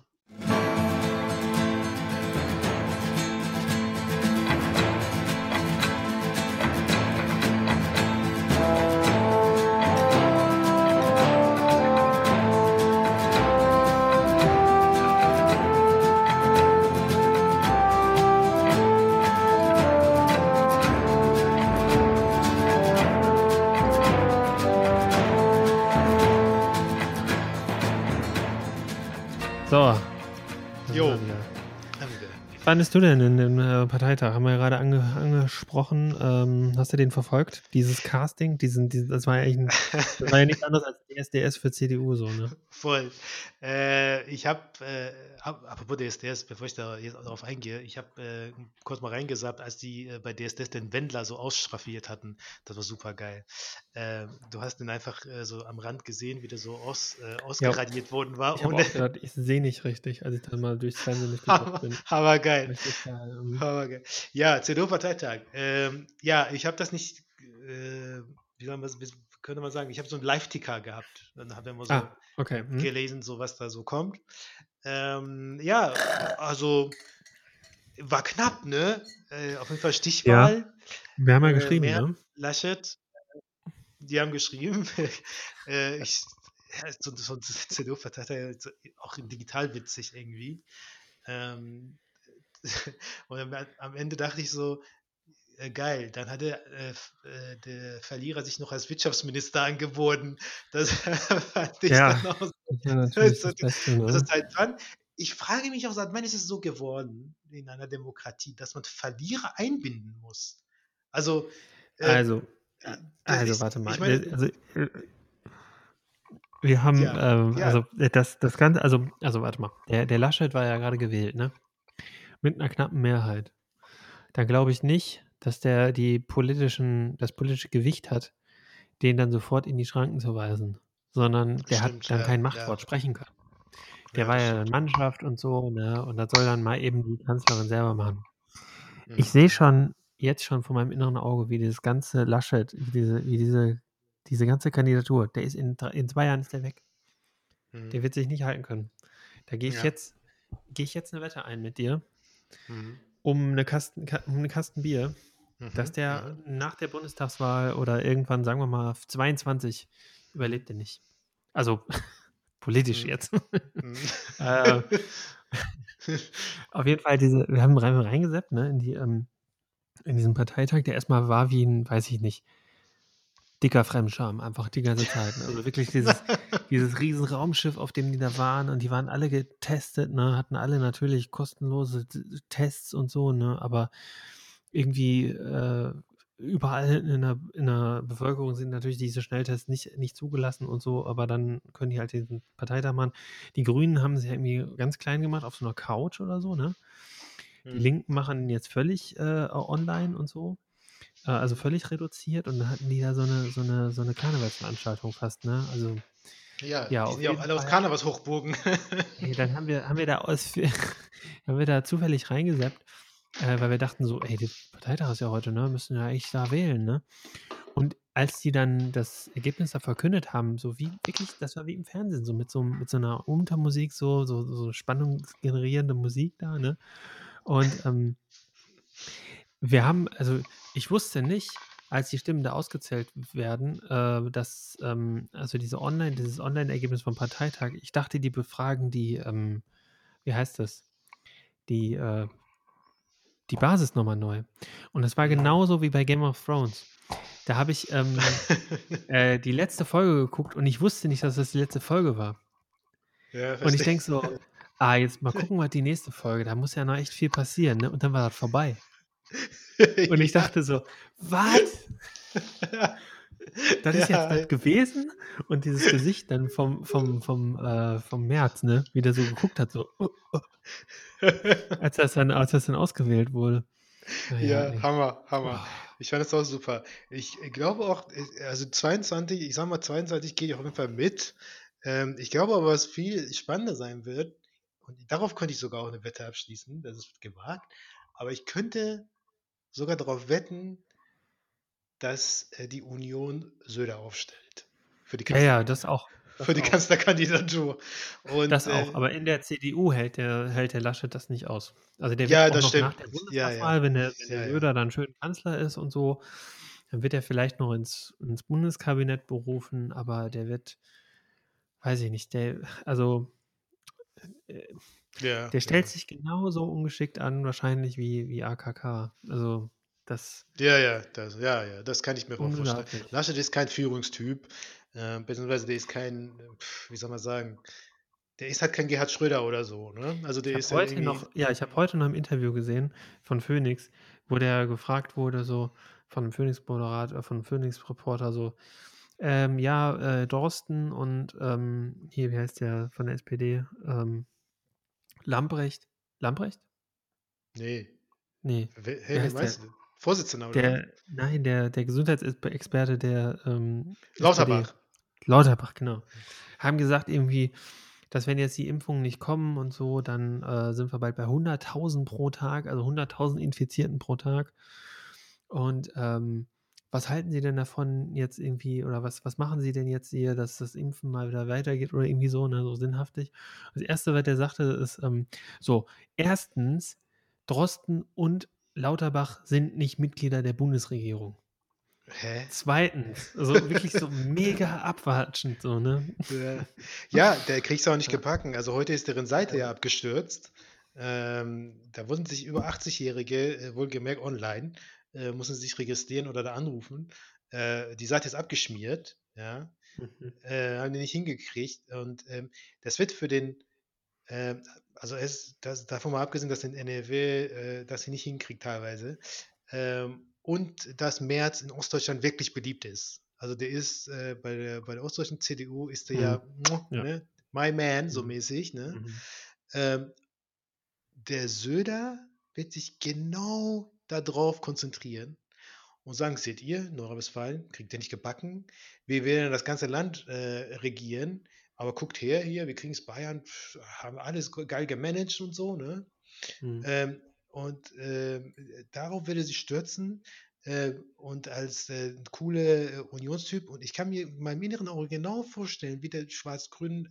So, da sind Jo. wir wieder. Haben wir. Wie fandest du denn in dem Parteitag? Haben wir ja gerade angesprochen. Hast du den verfolgt? Dieses Casting, das war ja eigentlich das war ja nichts anderes als DSDS für CDU, so, ne? Voll. Ich habe, apropos DSDS, bevor ich da jetzt darauf eingehe, ich habe kurz mal reingesappt, als die bei DSDS den Wendler so ausstraffiert hatten. Das war super geil. Du hast den einfach so am Rand gesehen, wie der so Ja, ausgeradiert worden war. ich habe Und auch gedacht, ich sehe nicht richtig, als ich dann mal durchs Fernsehen durchgeguckt bin. aber geil. Richtig geil. Aber geil. Ja, CDU-Parteitag. Ja, ich habe das nicht, wie könnte man sagen, ich habe so einen Live-Ticker gehabt. Dann haben wir mal so Okay. gelesen, so was da so kommt. Ja, also war knapp, ne? Auf jeden Fall Ja, Stichwahl. wir haben ja geschrieben, Merz, ne? Laschet, die haben geschrieben. Ich, so ein CDU-Parteitag auch digital witzig irgendwie. Ähm, und am Ende dachte ich so, geil, dann hat der Verlierer sich noch als Wirtschaftsminister angeboten. Das fand ich Ja, dann auch so. das wäre natürlich das Beste, Also ne? seit wann? Ich frage mich auch, seit wann ist es so geworden in einer Demokratie, dass man Verlierer einbinden muss? Also, Also, das ist, warte ich mal. meine, Wir haben, ja, ja, das Ganze, also warte mal. Der Laschet war ja gerade gewählt, ne? Mit einer knappen Mehrheit. Da glaube ich nicht, dass der das politische Gewicht hat, den dann sofort in die Schranken zu weisen, sondern der hat stimmt, dann ja, kein ja, Machtwort sprechen können. Der ja, war das ja dann stimmt. Mannschaft und so, ne? Und das soll dann mal eben die Kanzlerin selber machen. Ich sehe Mhm. schon, jetzt schon vor meinem inneren Auge, wie dieses ganze Laschet, diese ganze Kandidatur, der ist in 2 Jahren ist der weg. Mhm. Der wird sich nicht halten können. Da Ja. gehe ich jetzt eine Wette ein mit dir, Mhm. um eine Kasten Bier, dass Mhm. der Mhm. nach der Bundestagswahl oder irgendwann, sagen wir mal, 22 Mhm. überlebt er nicht. Also politisch Mhm. jetzt. Mhm. äh, auf jeden Fall wir haben reingesappt, ne, in diesen Parteitag, der erstmal war wie ein, weiß ich nicht, dicker Fremdscham, einfach die ganze Zeit. Ne? Also wirklich dieses riesen Raumschiff, auf dem die da waren, und die waren alle getestet, ne, hatten alle natürlich kostenlose Tests und so, ne, aber irgendwie überall in der Bevölkerung sind natürlich diese Schnelltests nicht zugelassen und so, aber dann können die halt diesen Parteitag machen. Die Grünen haben sich ja irgendwie ganz klein gemacht auf so einer Couch oder so, ne? Die Linken machen jetzt völlig online und so, also völlig reduziert, und dann hatten die da so eine Karnevalsveranstaltung fast, ne? Also Ja, ja, die sind auf ja auch jeden alle aus Fall. Karnevalshochburgen. Ey, dann haben wir da haben wir da zufällig reingesappt, weil wir dachten so: „Ey, der Parteitag ist ja heute, ne? Müssen ja eigentlich da wählen, ne?“ Und als die dann das Ergebnis da verkündet haben, so wie wirklich, das war wie im Fernsehen, so mit so einer Untermusik, so spannungsgenerierende Musik da, ne? Und, ich wusste nicht, als die Stimmen da ausgezählt werden, dass, also dieses Online-Ergebnis vom Parteitag, ich dachte, die befragen die, wie heißt das? Die, die Basis nochmal neu. Und das war genauso wie bei Game of Thrones. Da habe ich die letzte Folge geguckt und ich wusste nicht, dass das die letzte Folge war. Ja, Und ich verstehe. denke so, jetzt mal gucken, was die nächste Folge, da muss ja noch echt viel passieren, ne? Und dann war das vorbei. Und ich Ja. dachte so, was? Das ist jetzt Ja, das gewesen? Und dieses Gesicht dann vom März, ne? Wie der so geguckt hat, so, als das dann ausgewählt wurde. Naja, ja, ey. Hammer, Oh. Hammer. Ich fand das auch super. Ich glaube auch, also 22, ich sag mal 22 gehe ich auf jeden Fall mit. Ich glaube aber, was viel spannender sein wird, und darauf könnte ich sogar auch eine Wette abschließen, das ist gewagt, aber ich könnte sogar darauf wetten, dass die Union Söder aufstellt für die Ja, ja, das auch. für Das die auch. Kanzlerkandidatur. Und Das auch. Aber in der CDU hält der Laschet das nicht aus. Also der wird ja, auch das noch nach stimmt. der Ja, ja. Bundestagswahl, wenn Ja, der ja. Söder dann schön Kanzler ist und so, dann wird er vielleicht noch ins Bundeskabinett berufen, aber der wird, weiß ich nicht, äh, Ja, der stellt ja. sich genauso ungeschickt an, wahrscheinlich wie AKK. Also das Ja, ja, ja, ja, das kann ich mir auch vorstellen. unglaublich. Laschet ist kein Führungstyp, beziehungsweise der ist kein, wie soll man sagen, der ist halt kein Gerhard Schröder oder so, ne? Also der ist halt irgendwie, Ich habe heute noch ein Interview gesehen von Phoenix, wo der gefragt wurde, so von einem Phoenix-Moderator, von einem Phoenix-Reporter, so, ja, Drosten und hier, wie heißt der von der SPD? Lambrecht. Lambrecht? nee, Nee, hä, wie wen heißt der? meinst du? Vorsitzender oder was? Nein, der Gesundheitsexperte der SPD. Lauterbach. Lauterbach, genau. Haben gesagt irgendwie, dass wenn jetzt die Impfungen nicht kommen und so, dann sind wir bald bei 100.000 pro Tag, also 100.000 Infizierten pro Tag. Und was halten Sie denn davon jetzt irgendwie, oder was machen Sie denn jetzt hier, dass das Impfen mal wieder weitergeht oder irgendwie so, ne, so sinnhaftig? Das Erste, was der sagte, ist so, erstens, Drosten und Lauterbach sind nicht Mitglieder der Bundesregierung. Hä? Zweitens, also wirklich so mega abwatschend, so, ne? Ja. Ja, der kriegt's auch nicht Ja. gebacken. Also heute ist deren Seite ja abgestürzt. Da wurden sich über 80-Jährige, wohlgemerkt online, mussten sich registrieren oder da anrufen. Die Seite ist abgeschmiert, ja, Mhm. haben die nicht hingekriegt. Und das wird für den, also davon mal abgesehen, dass in NRW das sie nicht hinkriegt teilweise. Und dass Merz in Ostdeutschland wirklich beliebt ist. Also der ist bei der ostdeutschen CDU ist der Mhm. ja, Ja. ne, my man, so Mhm. mäßig, ne? Mhm. Ähm, der Söder wird sich genau darauf konzentrieren und sagen: Seht ihr, Nordrhein-Westfalen kriegt ihr nicht gebacken. Wir werden das ganze Land regieren, aber guckt her hier, wir kriegen es Bayern, haben alles geil gemanagt und so, ne? Mhm. Und darauf will er sich stürzen und als coole Unionstyp. Und ich kann mir in meinem inneren Auge genau vorstellen, wie der Schwarz-Grün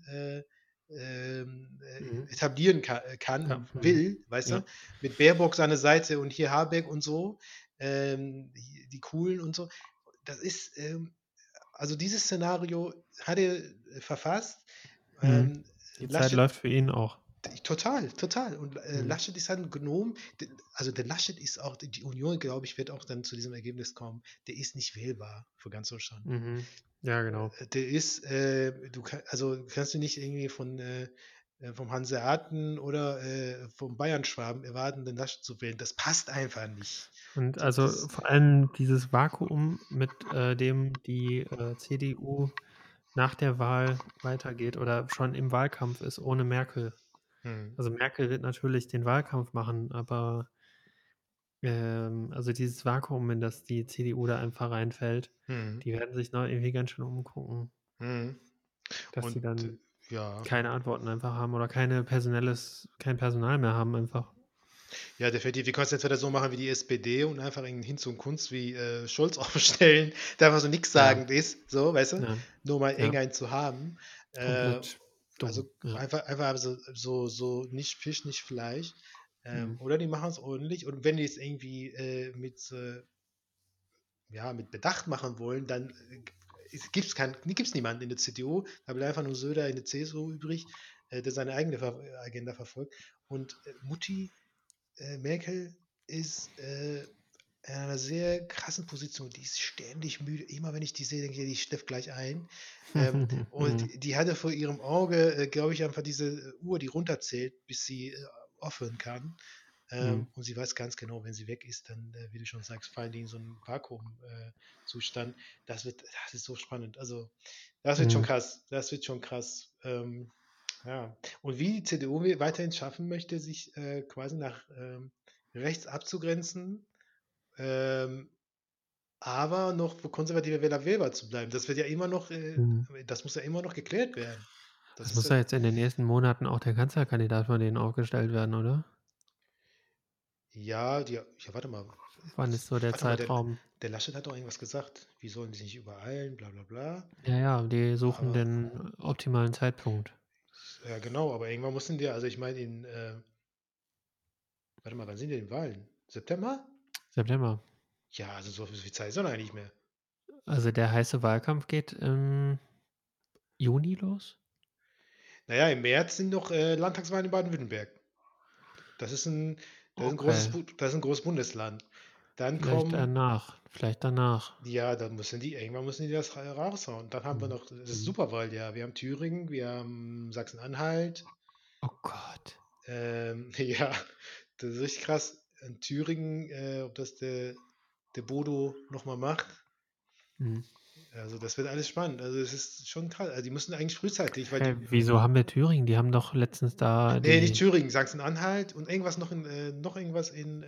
Mhm. etablieren kann Ja. und Mhm. will, weißt Ja. du? Mit Baerbock seine Seite und hier Habeck und so, die Coolen und so. Das ist, also dieses Szenario hat er verfasst. Mhm. Ähm, Die Zeit Laschet läuft für ihn auch. Total, total. Und Mhm. Laschet ist halt ein Gnom. Also der Laschet ist auch, die Union, glaube ich, wird auch dann zu diesem Ergebnis kommen. Der ist nicht wählbar für ganz Deutschland. Mhm. Ja, genau. Der ist, also kannst du nicht irgendwie von vom Hanseaten oder vom Bayern-Schwaben erwarten, den Laschet zu wählen. Das passt einfach nicht. Und So, also vor allem dieses Vakuum, mit dem die CDU nach der Wahl weitergeht oder schon im Wahlkampf ist, ohne Merkel. Also Merkel wird natürlich den Wahlkampf machen, aber also dieses Vakuum, in das die CDU da einfach reinfällt, die werden sich noch irgendwie ganz schön umgucken, dass Und sie dann ja. keine Antworten einfach haben oder kein Personal mehr haben einfach. Ja, definitiv. Wir können es entweder so machen wie die SPD und einfach einen Hinz und Kunst wie Scholz aufstellen, der einfach so nichts Ja, sagend ist, so, weißt du? ja, Nur mal ja. irgendeinen zu haben. Komplett dumm. Also Ja. einfach so nicht Fisch, nicht Fleisch. Mhm. Oder die machen es ordentlich. Und wenn die es irgendwie mit Bedacht machen wollen, dann gibt's niemanden in der CDU. Da bleibt einfach nur Söder in der CSU übrig, der seine eigene Agenda verfolgt. Und Mutti Merkel ist in einer sehr krassen Position. Die ist ständig müde. Immer wenn ich die sehe, denke ich, die schläft gleich ein. Und die hatte vor ihrem Auge, glaube ich, einfach diese Uhr, die runterzählt, bis sie aufhören kann. Und sie weiß ganz genau, wenn sie weg ist, dann, wie du schon sagst, fallen die in so einen Vakuum-Zustand. Das ist so spannend. Also, das wird schon krass. Das wird schon krass. Ja. Und wie die CDU weiterhin schaffen möchte, sich quasi nach rechts abzugrenzen, aber noch für konservative Wähler wählbar zu bleiben. Das wird ja immer noch, das muss ja immer noch geklärt werden. Das Das ist muss ja, ja jetzt in den nächsten Monaten auch der Kanzlerkandidat von denen aufgestellt werden, oder? warte mal. Wann ist so der Warte mal, Zeitraum? der Laschet hat doch irgendwas gesagt. Wie sollen die sich nicht übereilen, bla bla bla. Ja, ja, die suchen Aber, den optimalen Zeitpunkt. ja genau, aber irgendwann mussten die, also ich meine warte mal, wann sind denn die Wahlen? September? September. Ja, also so viel Zeit ist doch eigentlich nicht mehr. Also der heiße Wahlkampf geht im Juni los? Naja, im März sind noch Landtagswahlen in Baden-Württemberg. Das ist ein, Okay, das ist ein großes Bundesland. Dann vielleicht kommen, danach. Vielleicht danach. ja, irgendwann müssen die das raushauen. Dann haben wir Hm. noch das Hm. Superwahljahr. Wir haben Thüringen, wir haben Sachsen-Anhalt. Oh Gott. Ja, das ist richtig krass. In Thüringen, ob das der Bodo nochmal macht. Hm. Also das wird alles spannend. Also es ist schon krass. Also die müssen eigentlich frühzeitig, weil Hä, wieso haben wir Thüringen? Die haben doch letztens da nee, nicht die. Thüringen, Sachsen-Anhalt und irgendwas noch irgendwas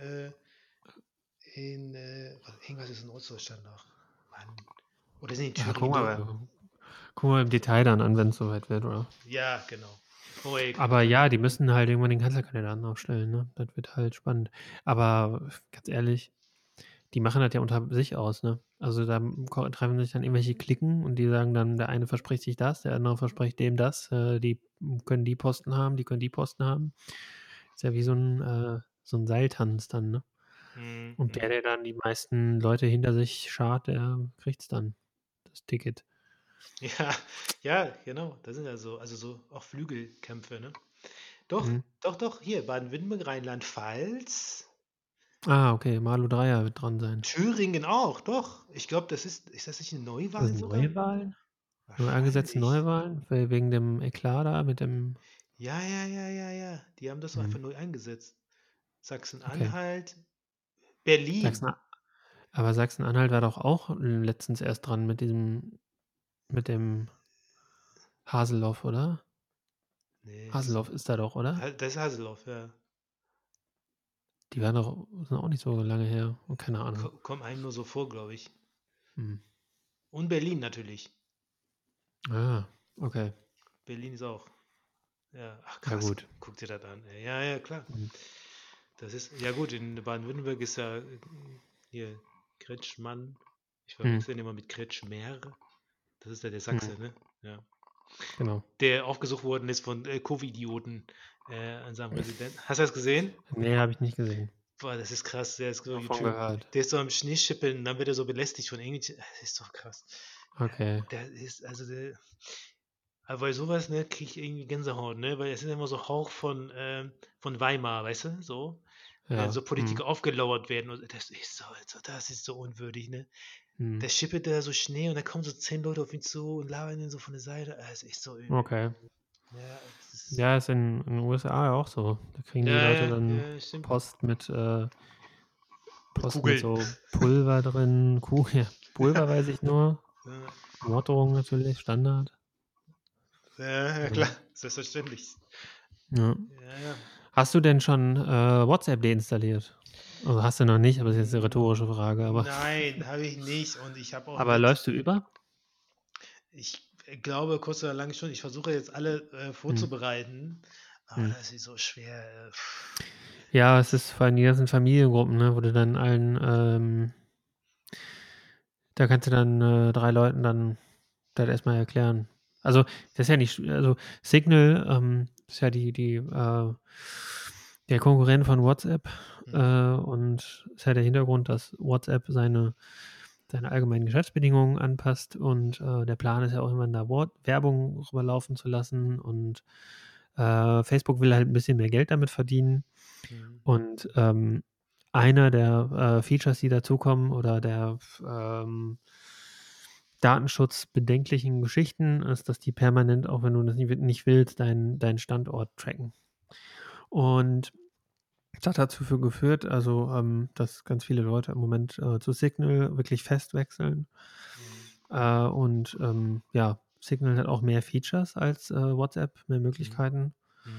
irgendwas ist in Ostdeutschland noch. Mann. Oder sind in Ja, Thüringen doch? guck mal im Detail dann an, wenn es soweit wird, oder? Ja, genau. Oh, ey. Aber ja, die müssen halt irgendwann den Kanzlerkandidaten aufstellen, ne? Das wird halt spannend. Aber ganz ehrlich, die machen das ja unter sich aus, ne? Also da treffen sich dann irgendwelche Cliquen und die sagen dann, der eine verspricht sich das, der andere verspricht dem das, die können die Posten haben, die können die Posten haben. Ist ja wie so ein Seiltanz dann, ne? Und der dann die meisten Leute hinter sich schart, der kriegt's dann, das Ticket. Ja, ja, genau. Das sind ja so, also so auch Flügelkämpfe, ne? Doch, Mhm. doch, hier, Baden-Württemberg, Rheinland-Pfalz, Ah, okay, Malu Dreyer wird dran sein. Thüringen auch, doch. Ich glaube, ist das nicht eine Das Neuwahl sind sogar? Neuwahlen? Neu angesetzte Wahrscheinlich. Neuwahlen? Wegen dem Eklat da mit dem. Ja. Die haben das so Hm, einfach neu eingesetzt. okay. Sachsen-Anhalt, Berlin. Sachsen, aber Sachsen-Anhalt war doch auch letztens erst dran mit dem Haseloff, oder? Nee, Haseloff ist da doch, oder? Das ist Haseloff, ja. Die sind auch nicht so lange her. Und keine Ahnung. Kommt einem nur so vor, glaube ich. Hm. Und Berlin natürlich. Ah, okay. Berlin ist auch. Ja, ach Ja, krass, gut. guck dir das an. Ja, klar. Hm. Das ist, ja gut, in Baden-Württemberg ist ja hier Kretschmann. Ich Hm. verwechsel den immer mit Kretschmer. Das ist ja der Hm. Sachse, ne? Ja. Genau. Der aufgesucht worden ist von Covid-Idioten an seinem Präsidenten. Hast du das gesehen? Nee, habe ich nicht gesehen. Boah, das ist krass. Der ist auf Davon YouTube. gehört. Der ist so am Schneeschippeln und dann wird er so belästigt von irgendwelchen. Das ist doch krass. Okay. Der ist, also der. Aber bei sowas, ne, kriege ich irgendwie Gänsehaut, ne? Weil es ist immer so Hauch von Weimar, weißt du? So. Wenn Ja. so Hm. Politiker aufgelauert werden und das ist so unwürdig, ne? Hm. Der schippert da so Schnee und dann kommen so 10 Leute auf ihn zu und labern ihn so von der Seite. Das ist so übel. Okay. Ja, ist in den USA auch so. Da kriegen die Leute dann Post mit Kugeln. so Pulver drin. Pulver weiß ich nur. Morddrohung natürlich, Standard. Ja, klar, selbstverständlich. Ja. Hast du denn schon WhatsApp deinstalliert? Also hast du noch nicht, aber das ist jetzt eine rhetorische Frage. Aber nein, habe ich nicht. Und ich habe auch aber läufst du über? Ich glaube, kurz oder lang schon. Ich versuche jetzt alle vorzubereiten. Aber das ist so schwer. Ja, es ist vor allem die ganzen Familiengruppen, ne, wo du dann allen, da kannst du dann 3 Leuten dann das erstmal erklären. Also, das ist ja nicht, also Signal ist ja der Konkurrent von WhatsApp und ist ja der Hintergrund, dass WhatsApp seine allgemeinen Geschäftsbedingungen anpasst und der Plan ist ja auch immer da Werbung rüberlaufen zu lassen und Facebook will halt ein bisschen mehr Geld damit verdienen und einer der Features, die dazukommen oder der datenschutzbedenklichen Geschichten ist, dass die permanent, auch wenn du das nicht willst, deinen Standort tracken. Und das hat dazu geführt, also dass ganz viele Leute im Moment zu Signal wirklich fest wechseln. Und ja, Signal hat auch mehr Features als WhatsApp, mehr Möglichkeiten.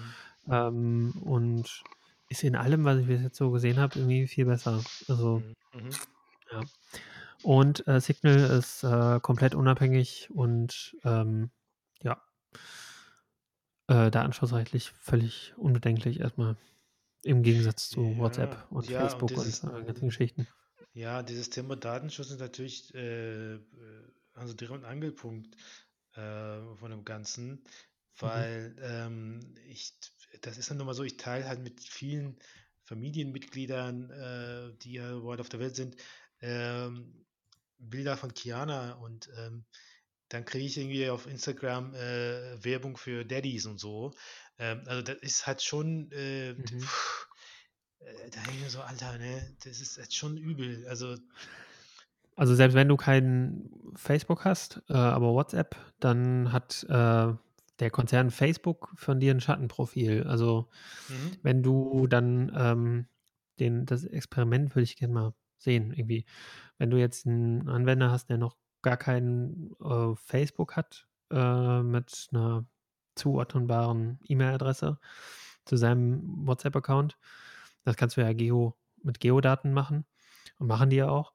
Und ist in allem, was ich bis jetzt so gesehen habe, irgendwie viel besser. Also, ja. Und Signal ist komplett unabhängig und ja, datenschutzrechtlich völlig unbedenklich erstmal. Im Gegensatz zu WhatsApp und Facebook und ganzen Geschichten. Ja, dieses Thema Datenschutz ist natürlich also Dreh- und Angelpunkt von dem Ganzen, weil das ist dann nun mal so, ich teile halt mit vielen Familienmitgliedern, die ja überall auf der Welt sind, Bilder von Kiana und dann kriege ich irgendwie auf Instagram Werbung für Daddies und so. Also das ist halt schon, da denke ich mir so, Alter, ne, das ist jetzt schon übel. Also selbst wenn du kein Facebook hast, aber WhatsApp, dann hat der Konzern Facebook von dir ein Schattenprofil. Also wenn du dann das Experiment würde ich gerne mal sehen, irgendwie. Wenn du jetzt einen Anwender hast, der noch gar kein Facebook hat, mit einer zuordnenbaren E-Mail-Adresse zu seinem WhatsApp-Account, das kannst du ja mit Geodaten machen und machen die ja auch,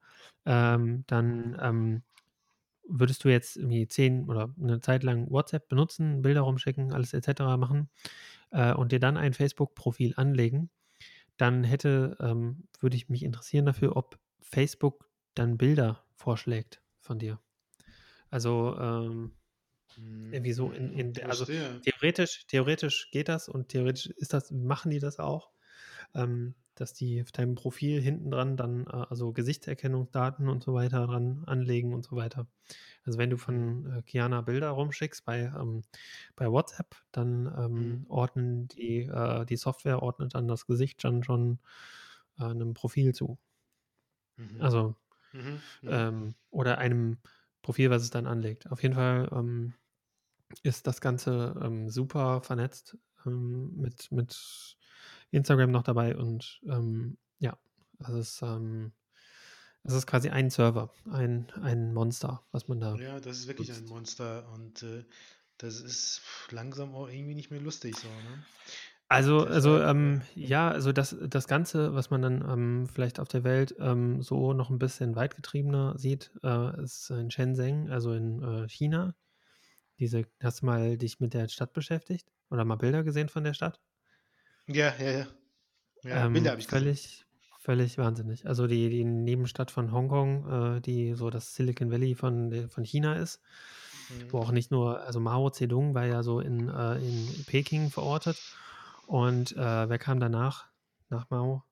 dann würdest du jetzt irgendwie 10 oder eine Zeit lang WhatsApp benutzen, Bilder rumschicken, alles etc. machen und dir dann ein Facebook-Profil anlegen, dann würde ich mich interessieren dafür, ob Facebook dann Bilder vorschlägt von dir. Also irgendwie so also theoretisch geht das und theoretisch machen die das auch, dass die auf deinem Profil hinten dran dann also Gesichtserkennungsdaten und so weiter dran anlegen und so weiter. Also wenn du von Kiana Bilder rumschickst bei WhatsApp, dann ordnen die Software ordnet dann das Gesicht dann schon einem Profil zu. Also oder einem Profil, was es dann anlegt. Auf jeden Fall ist das Ganze super vernetzt mit Instagram noch dabei und ja, es ist quasi ein Server, ein Monster, was man da ja, das ist wirklich ein Monster und das ist langsam auch irgendwie nicht mehr lustig so, ne? Also Deshalb, ja, also das Ganze, was man dann vielleicht auf der Welt so noch ein bisschen weitgetriebener sieht, ist in Shenzhen, also in China. Hast du mal dich mit der Stadt beschäftigt oder mal Bilder gesehen von der Stadt? ja, Bilder habe ich gesehen. Völlig wahnsinnig. Also die Nebenstadt von Hongkong, die so das Silicon Valley von China ist, wo auch nicht nur, also Mao Zedong war ja so in Peking verortet. Und wer kam danach, nach Mao?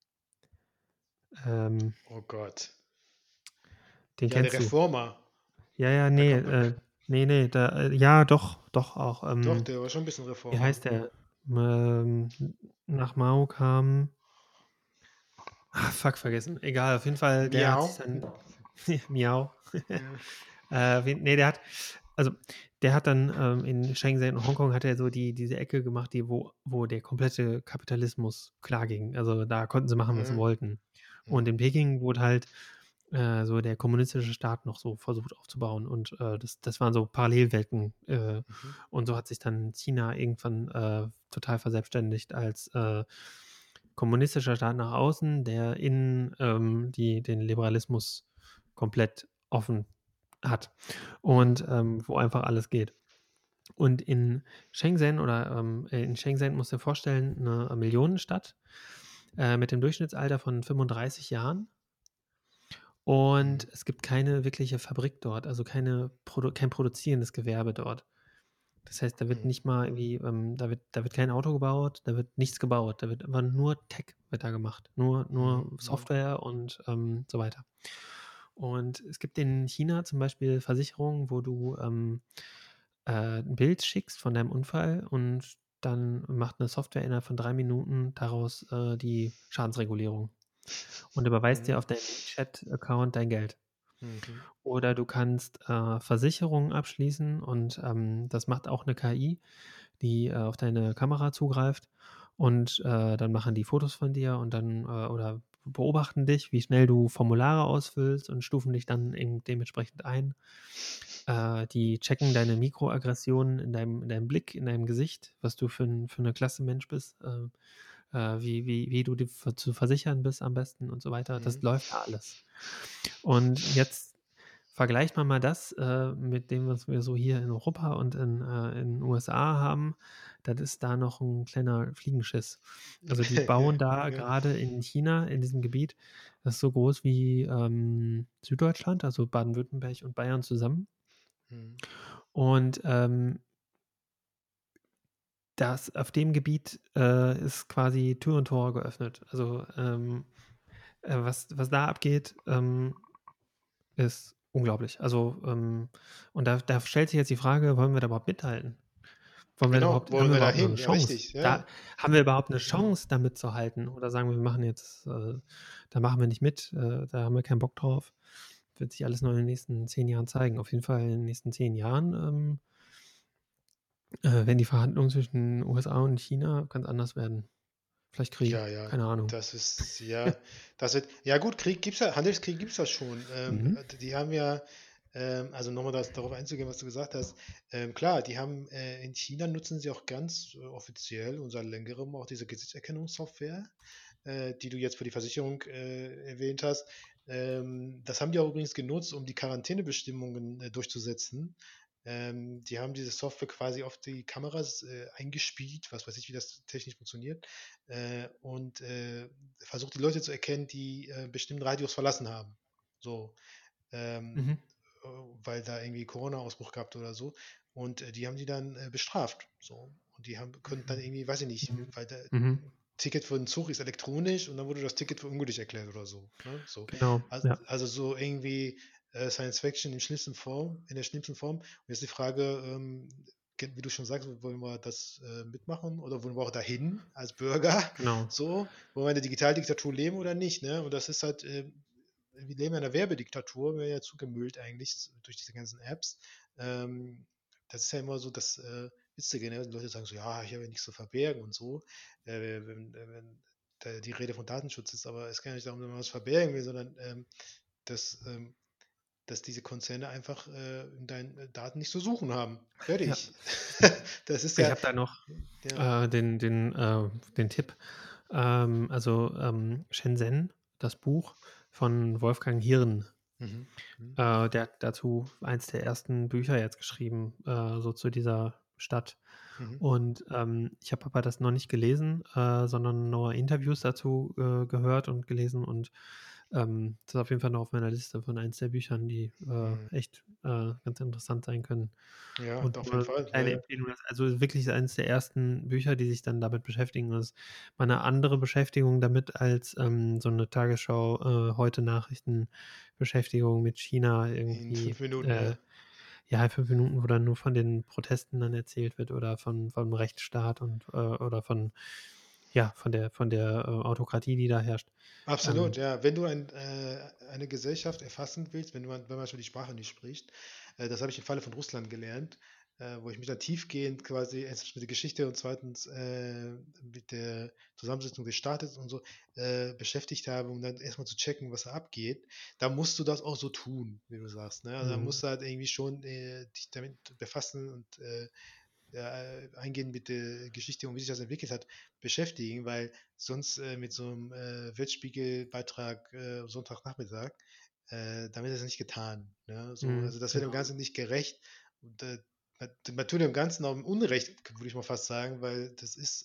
Oh Gott. Den Ja, der kennst du. Reformer. Ja, Da nee, kommt man. ja, doch auch. Doch, der war schon ein bisschen Wie Reformer. heißt der? Nach Mao kam. Fuck, vergessen. Egal, auf jeden Fall, der hat sich Miau. dann. Miau. Ja. Nee, der hat. also der hat dann in Shenzhen und Hongkong hat er so diese Ecke gemacht, wo der komplette Kapitalismus klar ging. Also da konnten sie machen, was sie Mhm. wollten. Und Mhm. in Peking wurde halt so der kommunistische Staat noch so versucht aufzubauen. Und das waren so Parallelwelten. Mhm. Und so hat sich dann China irgendwann total verselbstständigt als kommunistischer Staat nach außen, der innen den Liberalismus komplett offen hat und Mhm. wo einfach alles geht. Und in Shenzhen in Shenzhen musst du dir vorstellen, eine Millionenstadt mit dem Durchschnittsalter von 35 Jahren. Und Mhm. es gibt keine wirkliche Fabrik dort, also kein produzierendes Gewerbe dort. Das heißt, da wird Mhm. nicht mal irgendwie, da wird kein Auto gebaut, da wird nichts gebaut, da wird aber nur Tech wird da gemacht, nur Mhm. Software und so weiter. Und es gibt in China zum Beispiel Versicherungen, wo du ein Bild schickst von deinem Unfall und dann macht eine Software innerhalb von 3 Minuten daraus die Schadensregulierung und überweist dir Mhm. auf deinen WeChat-Account dein Geld. Mhm. Oder du kannst Versicherungen abschließen und das macht auch eine KI, die auf deine Kamera zugreift und dann machen die Fotos von dir und dann oder beobachten dich, wie schnell du Formulare ausfüllst und stufen dich dann eben dementsprechend ein. Die checken deine Mikroaggressionen in deinem Blick, in deinem Gesicht, was du für eine Klasse Mensch bist, wie du zu versichern bist am besten und so weiter. Das Mhm. läuft da alles. Und jetzt vergleicht man mal das mit dem, was wir so hier in Europa und in den USA haben. Das ist da noch ein kleiner Fliegenschiss. Also die bauen da Okay. gerade in China, in diesem Gebiet, das ist so groß wie Süddeutschland, also Baden-Württemberg und Bayern zusammen. Mhm. Und das auf dem Gebiet ist quasi Tür und Tor geöffnet. Also was da abgeht, ist unglaublich. Also, und da stellt sich jetzt die Frage, wollen wir da überhaupt mithalten? Genau, Haben wollen wir wir da überhaupt noch hin? eine Ja, Chance? richtig. Ja. Haben wir überhaupt eine Chance, da mitzuhalten? Oder sagen wir, wir machen jetzt, da machen wir nicht mit, da haben wir keinen Bock drauf. Wird sich alles noch in den nächsten 10 Jahren zeigen. Auf jeden Fall in den nächsten 10 Jahren werden die Verhandlungen zwischen USA und China ganz anders werden. Vielleicht Krieg, Ja, ja, keine Ahnung. das ist ja, das wird, ja gut, Krieg gibt's ja, Handelskrieg gibt's ja schon. Mhm. Die haben ja, also nochmal darauf einzugehen, was du gesagt hast. Klar, die haben in China nutzen sie auch ganz offiziell und seit längerem auch diese Gesichtserkennungssoftware, die du jetzt für die Versicherung erwähnt hast. Das haben die auch übrigens genutzt, um die Quarantänebestimmungen durchzusetzen. Die haben diese Software quasi auf die Kameras eingespielt, was weiß ich, wie das technisch funktioniert, und versucht die Leute zu erkennen, die bestimmten Radius verlassen haben. So, Mhm. ähm, weil da irgendwie Corona-Ausbruch gehabt oder so. Und die haben die dann bestraft. So. Und die haben, konnten dann irgendwie, weiß ich nicht, Mhm. weil der Mhm. Ticket für den Zug ist elektronisch und dann wurde das Ticket für ungültig erklärt oder so. Ne? So. Genau, Also, ja. also so irgendwie Science Fiction im schlimmsten Form, in der schlimmsten Form. Und jetzt die Frage, wie du schon sagst, wollen wir das mitmachen oder wollen wir auch dahin als Bürger? Genau. So, wollen wir in der Digitaldiktatur leben oder nicht? Ne? Und das ist halt, wir leben ja in einer Werbediktatur, wir werden ja zugemüllt eigentlich durch diese ganzen Apps. Ähm, Das ist ja immer so das Witzige, ne? Die Leute sagen so, ja, ich habe ja nichts zu verbergen und so. Wenn da die Rede von Datenschutz ist, aber es geht ja nicht darum, dass man was verbergen will, sondern dass, dass diese Konzerne einfach in deinen Daten nicht zu suchen haben. Ja. Fertig. Das ist Ich ja, habe da noch ja. den Tipp. Also Shenzhen, das Buch von Wolfgang Hirn. Mhm. Mhm. Der hat dazu eins der ersten Bücher jetzt geschrieben, so zu dieser Stadt. Mhm. Und ich habe aber das noch nicht gelesen, sondern nur Interviews dazu gehört und gelesen. Und das ist auf jeden Fall noch auf meiner Liste von eins der Büchern, die Mhm. echt ganz interessant sein können. Ja, Und auf nur jeden eine Fall. Ja, kleine ja. Empfehlung, also wirklich eines der ersten Bücher, die sich dann damit beschäftigen. Das ist mal eine andere Beschäftigung damit als so eine Tagesschau, heute Nachrichten-Beschäftigung mit China In irgendwie. 5 Minuten, ja. Ja, 5 Minuten, wo dann nur von den Protesten dann erzählt wird oder vom Rechtsstaat und oder ja, von der Autokratie, die da herrscht. Absolut, Ähm, ja. Wenn du eine Gesellschaft erfassen willst, wenn man schon die Sprache nicht spricht, Das habe ich im Falle von Russland gelernt, wo ich mich dann tiefgehend quasi erstens mit der Geschichte und zweitens mit der Zusammensetzung des Staates und so beschäftigt habe, um dann erstmal zu checken, was da abgeht. Da musst du das auch so tun, wie du sagst. Ne? Also da musst du halt irgendwie schon dich damit befassen und eingehend mit der Geschichte und wie sich das entwickelt hat, beschäftigen, weil sonst mit so einem Weltspiegelbeitrag Sonntagnachmittag, damit ist es nicht getan. Ne? So, also das wird dem Genau. Ganzen nicht gerecht. Und man tut dem Ganzen auch Unrecht, würde ich mal fast sagen, weil das ist,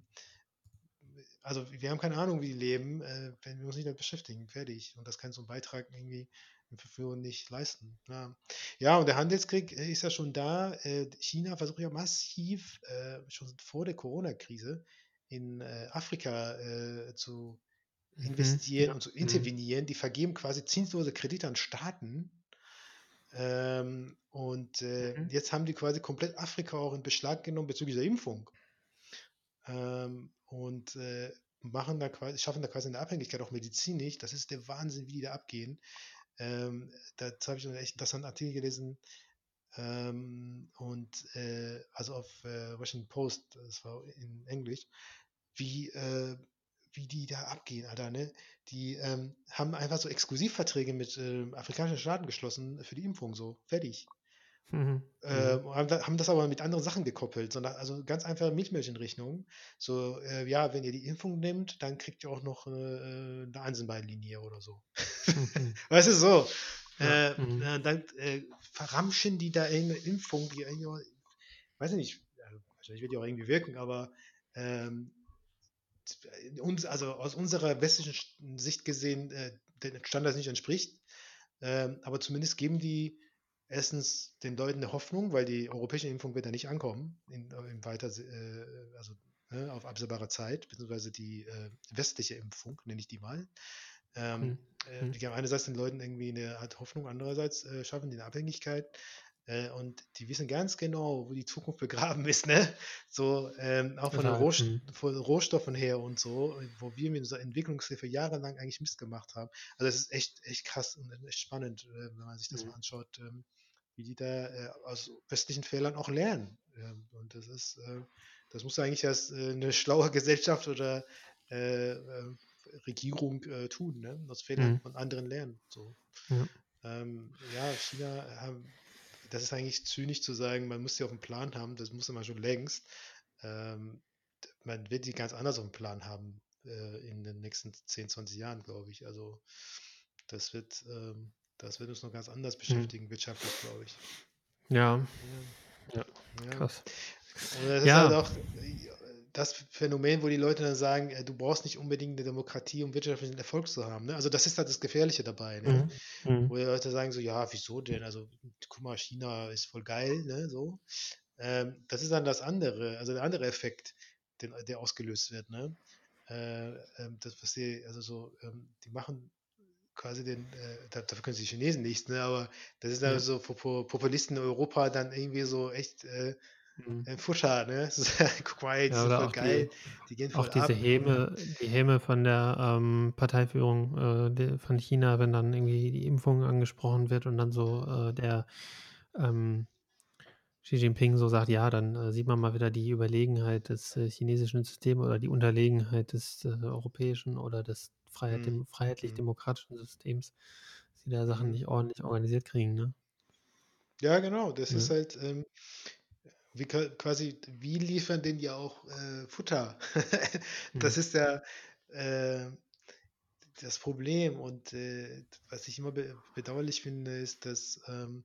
also wir haben keine Ahnung, wie die leben, wenn wir uns nicht damit beschäftigen. Fertig. Und das kann so ein Beitrag irgendwie im Verfügung nicht leisten. Ja. Ja, und der Handelskrieg ist ja schon da. China versucht ja massiv, schon vor der Corona-Krise, in Afrika zu investieren Ja. und zu intervenieren. Die vergeben quasi zinslose Kredite an Staaten. Und jetzt haben die quasi komplett Afrika auch in Beschlag genommen bezüglich der Impfung. Und schaffen da quasi eine Abhängigkeit auch medizinisch. Das ist der Wahnsinn, wie die da abgehen. Dazu habe ich einen echt interessanten Artikel gelesen. Also auf Washington Post, das war in Englisch, wie, äh, wie die da abgehen, Alter, ne? Die haben einfach so Exklusivverträge mit afrikanischen Staaten geschlossen für die Impfung, so, fertig. Haben das aber mit anderen Sachen gekoppelt, sondern also ganz einfache Milchmädchenrechnung. So, ja, wenn ihr die Impfung nehmt, dann kriegt ihr auch noch eine Eisenbahnlinie oder so. Weißt du, so. Dann verramschen die da irgendeine Impfung, die irgendwie, weiß ich nicht, wahrscheinlich wird die auch irgendwie wirken, aber ähm, also aus unserer westlichen Sicht gesehen, den Standards nicht entspricht. Aber zumindest geben die erstens den Leuten eine Hoffnung, weil die europäische Impfung wird ja nicht ankommen, also auf absehbare Zeit, beziehungsweise die westliche Impfung, nenne ich die mal. Die geben einerseits den Leuten irgendwie eine Art Hoffnung, andererseits schaffen die eine Abhängigkeit. Und die wissen ganz genau, wo die Zukunft begraben ist, ne? So, auch von den Total. von den Rohstoffen her und so, wo wir mit unserer Entwicklungshilfe jahrelang eigentlich Mist gemacht haben. Also das ist echt krass und echt spannend, wenn man sich das mal anschaut, wie die da aus westlichen Fehlern auch lernen. Und das muss eigentlich erst eine schlaue Gesellschaft oder Regierung tun, ne? Aus Fehlern von anderen lernen. So. Ja. Ja, China das ist eigentlich zynisch zu sagen, man muss ja auf einen Plan haben, das musste man schon längst. Ähm, Man wird die ganz anders auf dem Plan haben in den nächsten 10, 20 Jahren, glaube ich. Also das wird, das wird uns noch ganz anders beschäftigen, wirtschaftlich, glaube ich. Ja. Ja. Krass. Und das ist halt auch das Phänomen, wo die Leute dann sagen, du brauchst nicht unbedingt eine Demokratie, um wirtschaftlichen Erfolg zu haben. Ne? Also das ist halt das Gefährliche dabei. Ne? Wo die Leute sagen so, ja, wieso denn? Also guck mal, China ist voll geil, ne? So. Das ist dann das andere, also der andere Effekt, der ausgelöst wird. Ne? Das, was die, also so, die machen quasi dafür können die Chinesen nichts, ne? Aber das ist dann so für Populisten in Europa dann irgendwie so echt Futter, ne? Guck mal, ey, die Ja, sind oder voll geil, die gehen auch voll diese ab. die Häme von der Parteiführung von China, wenn dann irgendwie die Impfung angesprochen wird und dann so der Xi Jinping so sagt, ja, dann sieht man mal wieder die Überlegenheit des chinesischen Systems oder die Unterlegenheit des europäischen oder des freiheitlich-demokratischen Systems, dass sie da Sachen nicht ordentlich organisiert kriegen, ne? Ja, genau, das ist Ja. halt quasi, wie liefern denn ja auch Futter? Das ist ja äh, das Problem. Und was ich immer bedauerlich finde, ist, dass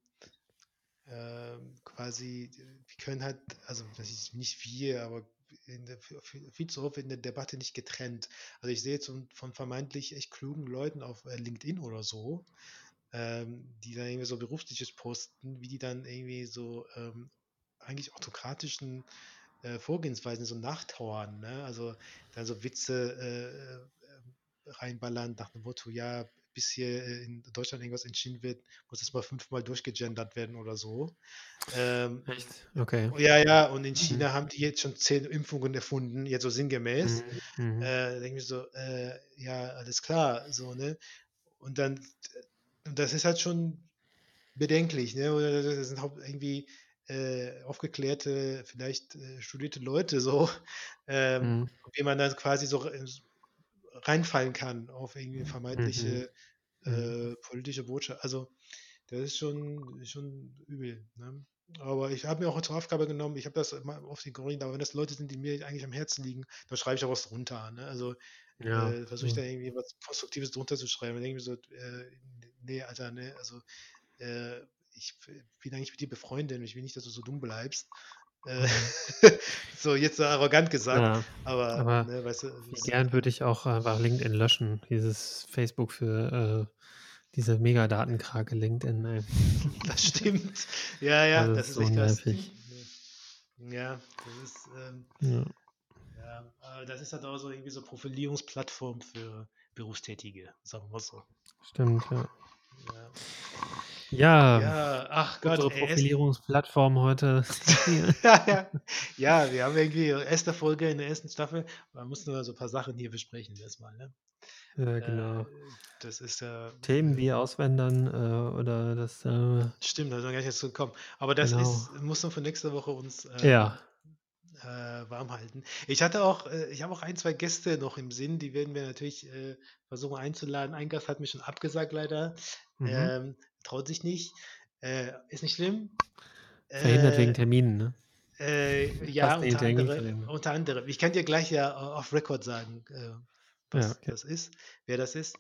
quasi, wir können halt, also das ist nicht wir, aber viel zu oft in der Debatte nicht getrennt. Also ich sehe jetzt von vermeintlich echt klugen Leuten auf LinkedIn oder so, die dann irgendwie so berufliches posten, wie die dann irgendwie so eigentlich autokratischen Vorgehensweisen so nachtrauern, ne? Also dann so Witze reinballern nach dem Motto, ja, bis hier in Deutschland irgendwas entschieden wird, muss das mal 5-mal durchgegendert werden oder so. Echt? Okay. Ja, ja, und in China haben die jetzt schon 10 Impfungen erfunden, jetzt so sinngemäß. Da denke ich mir so, ja, alles klar, so, ne? Und dann, und das ist halt schon bedenklich, ne? Oder das sind irgendwie aufgeklärte, vielleicht studierte Leute so, Mhm. wie man dann quasi so reinfallen kann auf irgendwie Mhm. vermeintliche Mhm. politische Botschaft. Also, das ist schon übel, ne? Aber ich habe mir auch zur Aufgabe genommen, ich habe das immer oft ignoriert, aber wenn das Leute sind, die mir eigentlich am Herzen liegen, dann schreibe ich auch was drunter, ne? Also, Ja, versuche ich so. da irgendwie was Konstruktives drunter zu schreiben. Dann denke ich mir so, ne, Alter, ne, also, äh, ich bin eigentlich mit dir befreundet und ich will nicht, dass du so dumm bleibst. Äh, Mhm. so jetzt so arrogant gesagt, Ja, aber, aber ne, weißt du, wie gern würde ich auch einfach LinkedIn löschen, dieses Facebook für diese Megadatenkrake LinkedIn, ey. das stimmt. Ja, ja, Das das ist ist so echt krass. nervig. Ja, das ist, Ja, ja, aber das ist halt auch so irgendwie so Profilierungsplattform für Berufstätige, sagen wir mal so. stimmt, ja. Ja, Ja, ja, ach Gott, unsere ey, Profilierungsplattform heute hier. ja, ja. Ja, wir haben irgendwie erste Folge in der ersten Staffel, da mussten wir so ein paar Sachen hier besprechen erstmal, ne? Ja, Äh, genau. das ist ja, Themen wie Auswandern oder das, stimmt, da sind wir gar nicht jetzt zu kommen. Aber das genau. muss dann für nächste Woche uns Ja. warm halten. Ich habe auch ein, zwei Gäste noch im Sinn, die werden wir natürlich versuchen einzuladen. Ein Gast hat mich schon abgesagt, leider. Mhm. Ähm, traut sich nicht. Ist nicht schlimm. Verhindert wegen Äh, Terminen, ne? ja, Passt in den Terminkalender. unter anderem. Ich kann dir gleich ja off Record sagen, Ja, was okay. das ist, wer das ist.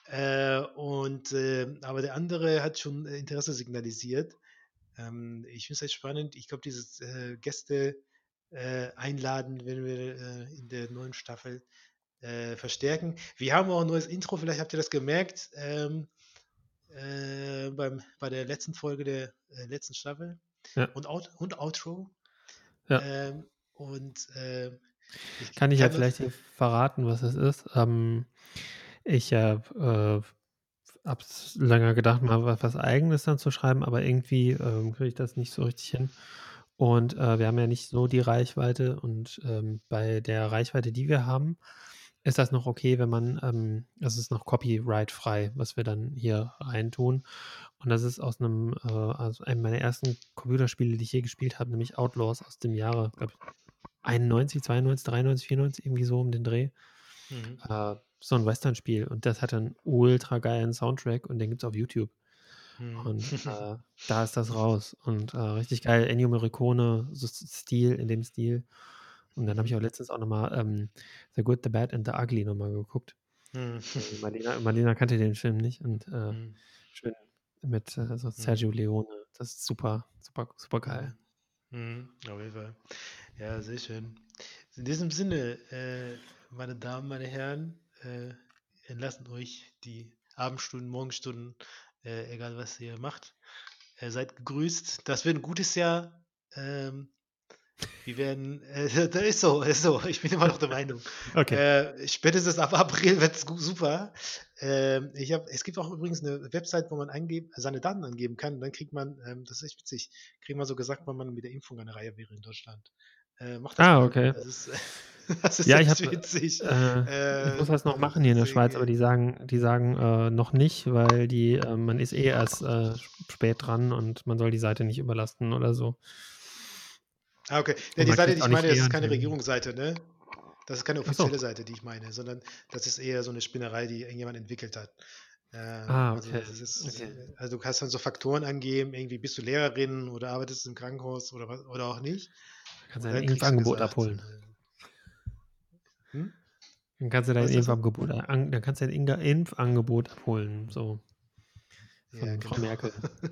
Aber der andere hat schon Interesse signalisiert. Ich finde es echt spannend. Ich glaube, dieses Gäste einladen, wenn wir in der neuen Staffel verstärken. Wir haben auch ein neues Intro, vielleicht habt ihr das gemerkt, bei der letzten Folge der letzten Staffel Ja, und Outro. ja. Ähm, und ich Kann ich ja kann das. vielleicht hier verraten, was es ist. Ich habe länger gedacht, mal was Eigenes dann zu schreiben, aber irgendwie kriege ich das nicht so richtig hin. Und wir haben ja nicht so die Reichweite und bei der Reichweite, die wir haben, ist das noch okay, wenn man, es ist noch copyright-frei, was wir dann hier reintun. Und das ist also einem meiner ersten Computerspiele, die ich je gespielt habe, nämlich Outlaws aus dem Jahre, glaube ich, 91, 92, 93, 94, irgendwie so um den Dreh. Mhm. So ein Western-Spiel. Und das hat einen ultra geilen Soundtrack und den gibt es auf YouTube. Mhm. Und da ist das raus. Und richtig geil, Ennio Morricone, so Stil, in dem Stil. Und dann habe ich Mhm. auch letztens auch nochmal The Good, The Bad and The Ugly nochmal geguckt. Mhm. Marlena kannte den Film nicht. Und Mhm. schön mit so Mhm. Sergio Leone. Das ist super, super, super geil. Mhm. Mhm. Auf jeden Fall. Ja, sehr schön. In diesem Sinne, meine Damen, meine Herren, entlassen euch die Abendstunden, Morgenstunden, egal was ihr macht. Seid gegrüßt. Das wird ein gutes Jahr. Ähm, wir werden, das ist so, ich bin immer noch der Meinung. Okay. Spätestens ab April wird es super. Es gibt auch übrigens eine Website, wo man seine Daten angeben kann. Und dann kriegt man, das ist echt witzig, kriegt man so gesagt, wann man mit der Impfung an der Reihe wäre in Deutschland. Macht das Ah, mal. okay. Das ist, das ist Ja, echt witzig. ich muss das noch machen hier in der Schweiz, aber Deswegen, die sagen noch nicht, weil man ist erst spät dran und man soll die Seite nicht überlasten oder so. okay. Ja, Und die man Seite, die kriegt auch ich nicht meine, das eher ist einen keine Termin. Regierungsseite, ne? Das ist keine Ach so. offizielle Seite, die ich meine, sondern das ist eher so eine Spinnerei, die irgendjemand entwickelt hat. Ah, Also okay. das ist, Okay. also du kannst dann so Faktoren angeben, irgendwie bist du Lehrerin oder arbeitest im Krankenhaus oder was oder auch nicht. Dann kannst du Und ein dann kriegst du Impfangebot gesagt, abholen. hm? Dann kannst du dein Was sagst du? Impfangebot abholen, so Ja, von genau. Frau Merkel.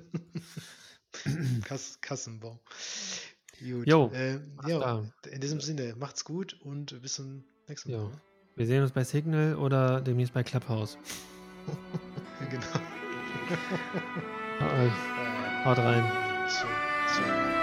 Kassenbon. Gut. Jo, alles Ja, klar. in diesem Sinne, macht's gut und bis zum nächsten Mal. Jo. Ne? Wir sehen uns bei Signal oder demnächst bei Clubhouse. Genau. Haut rein. Schön, schön.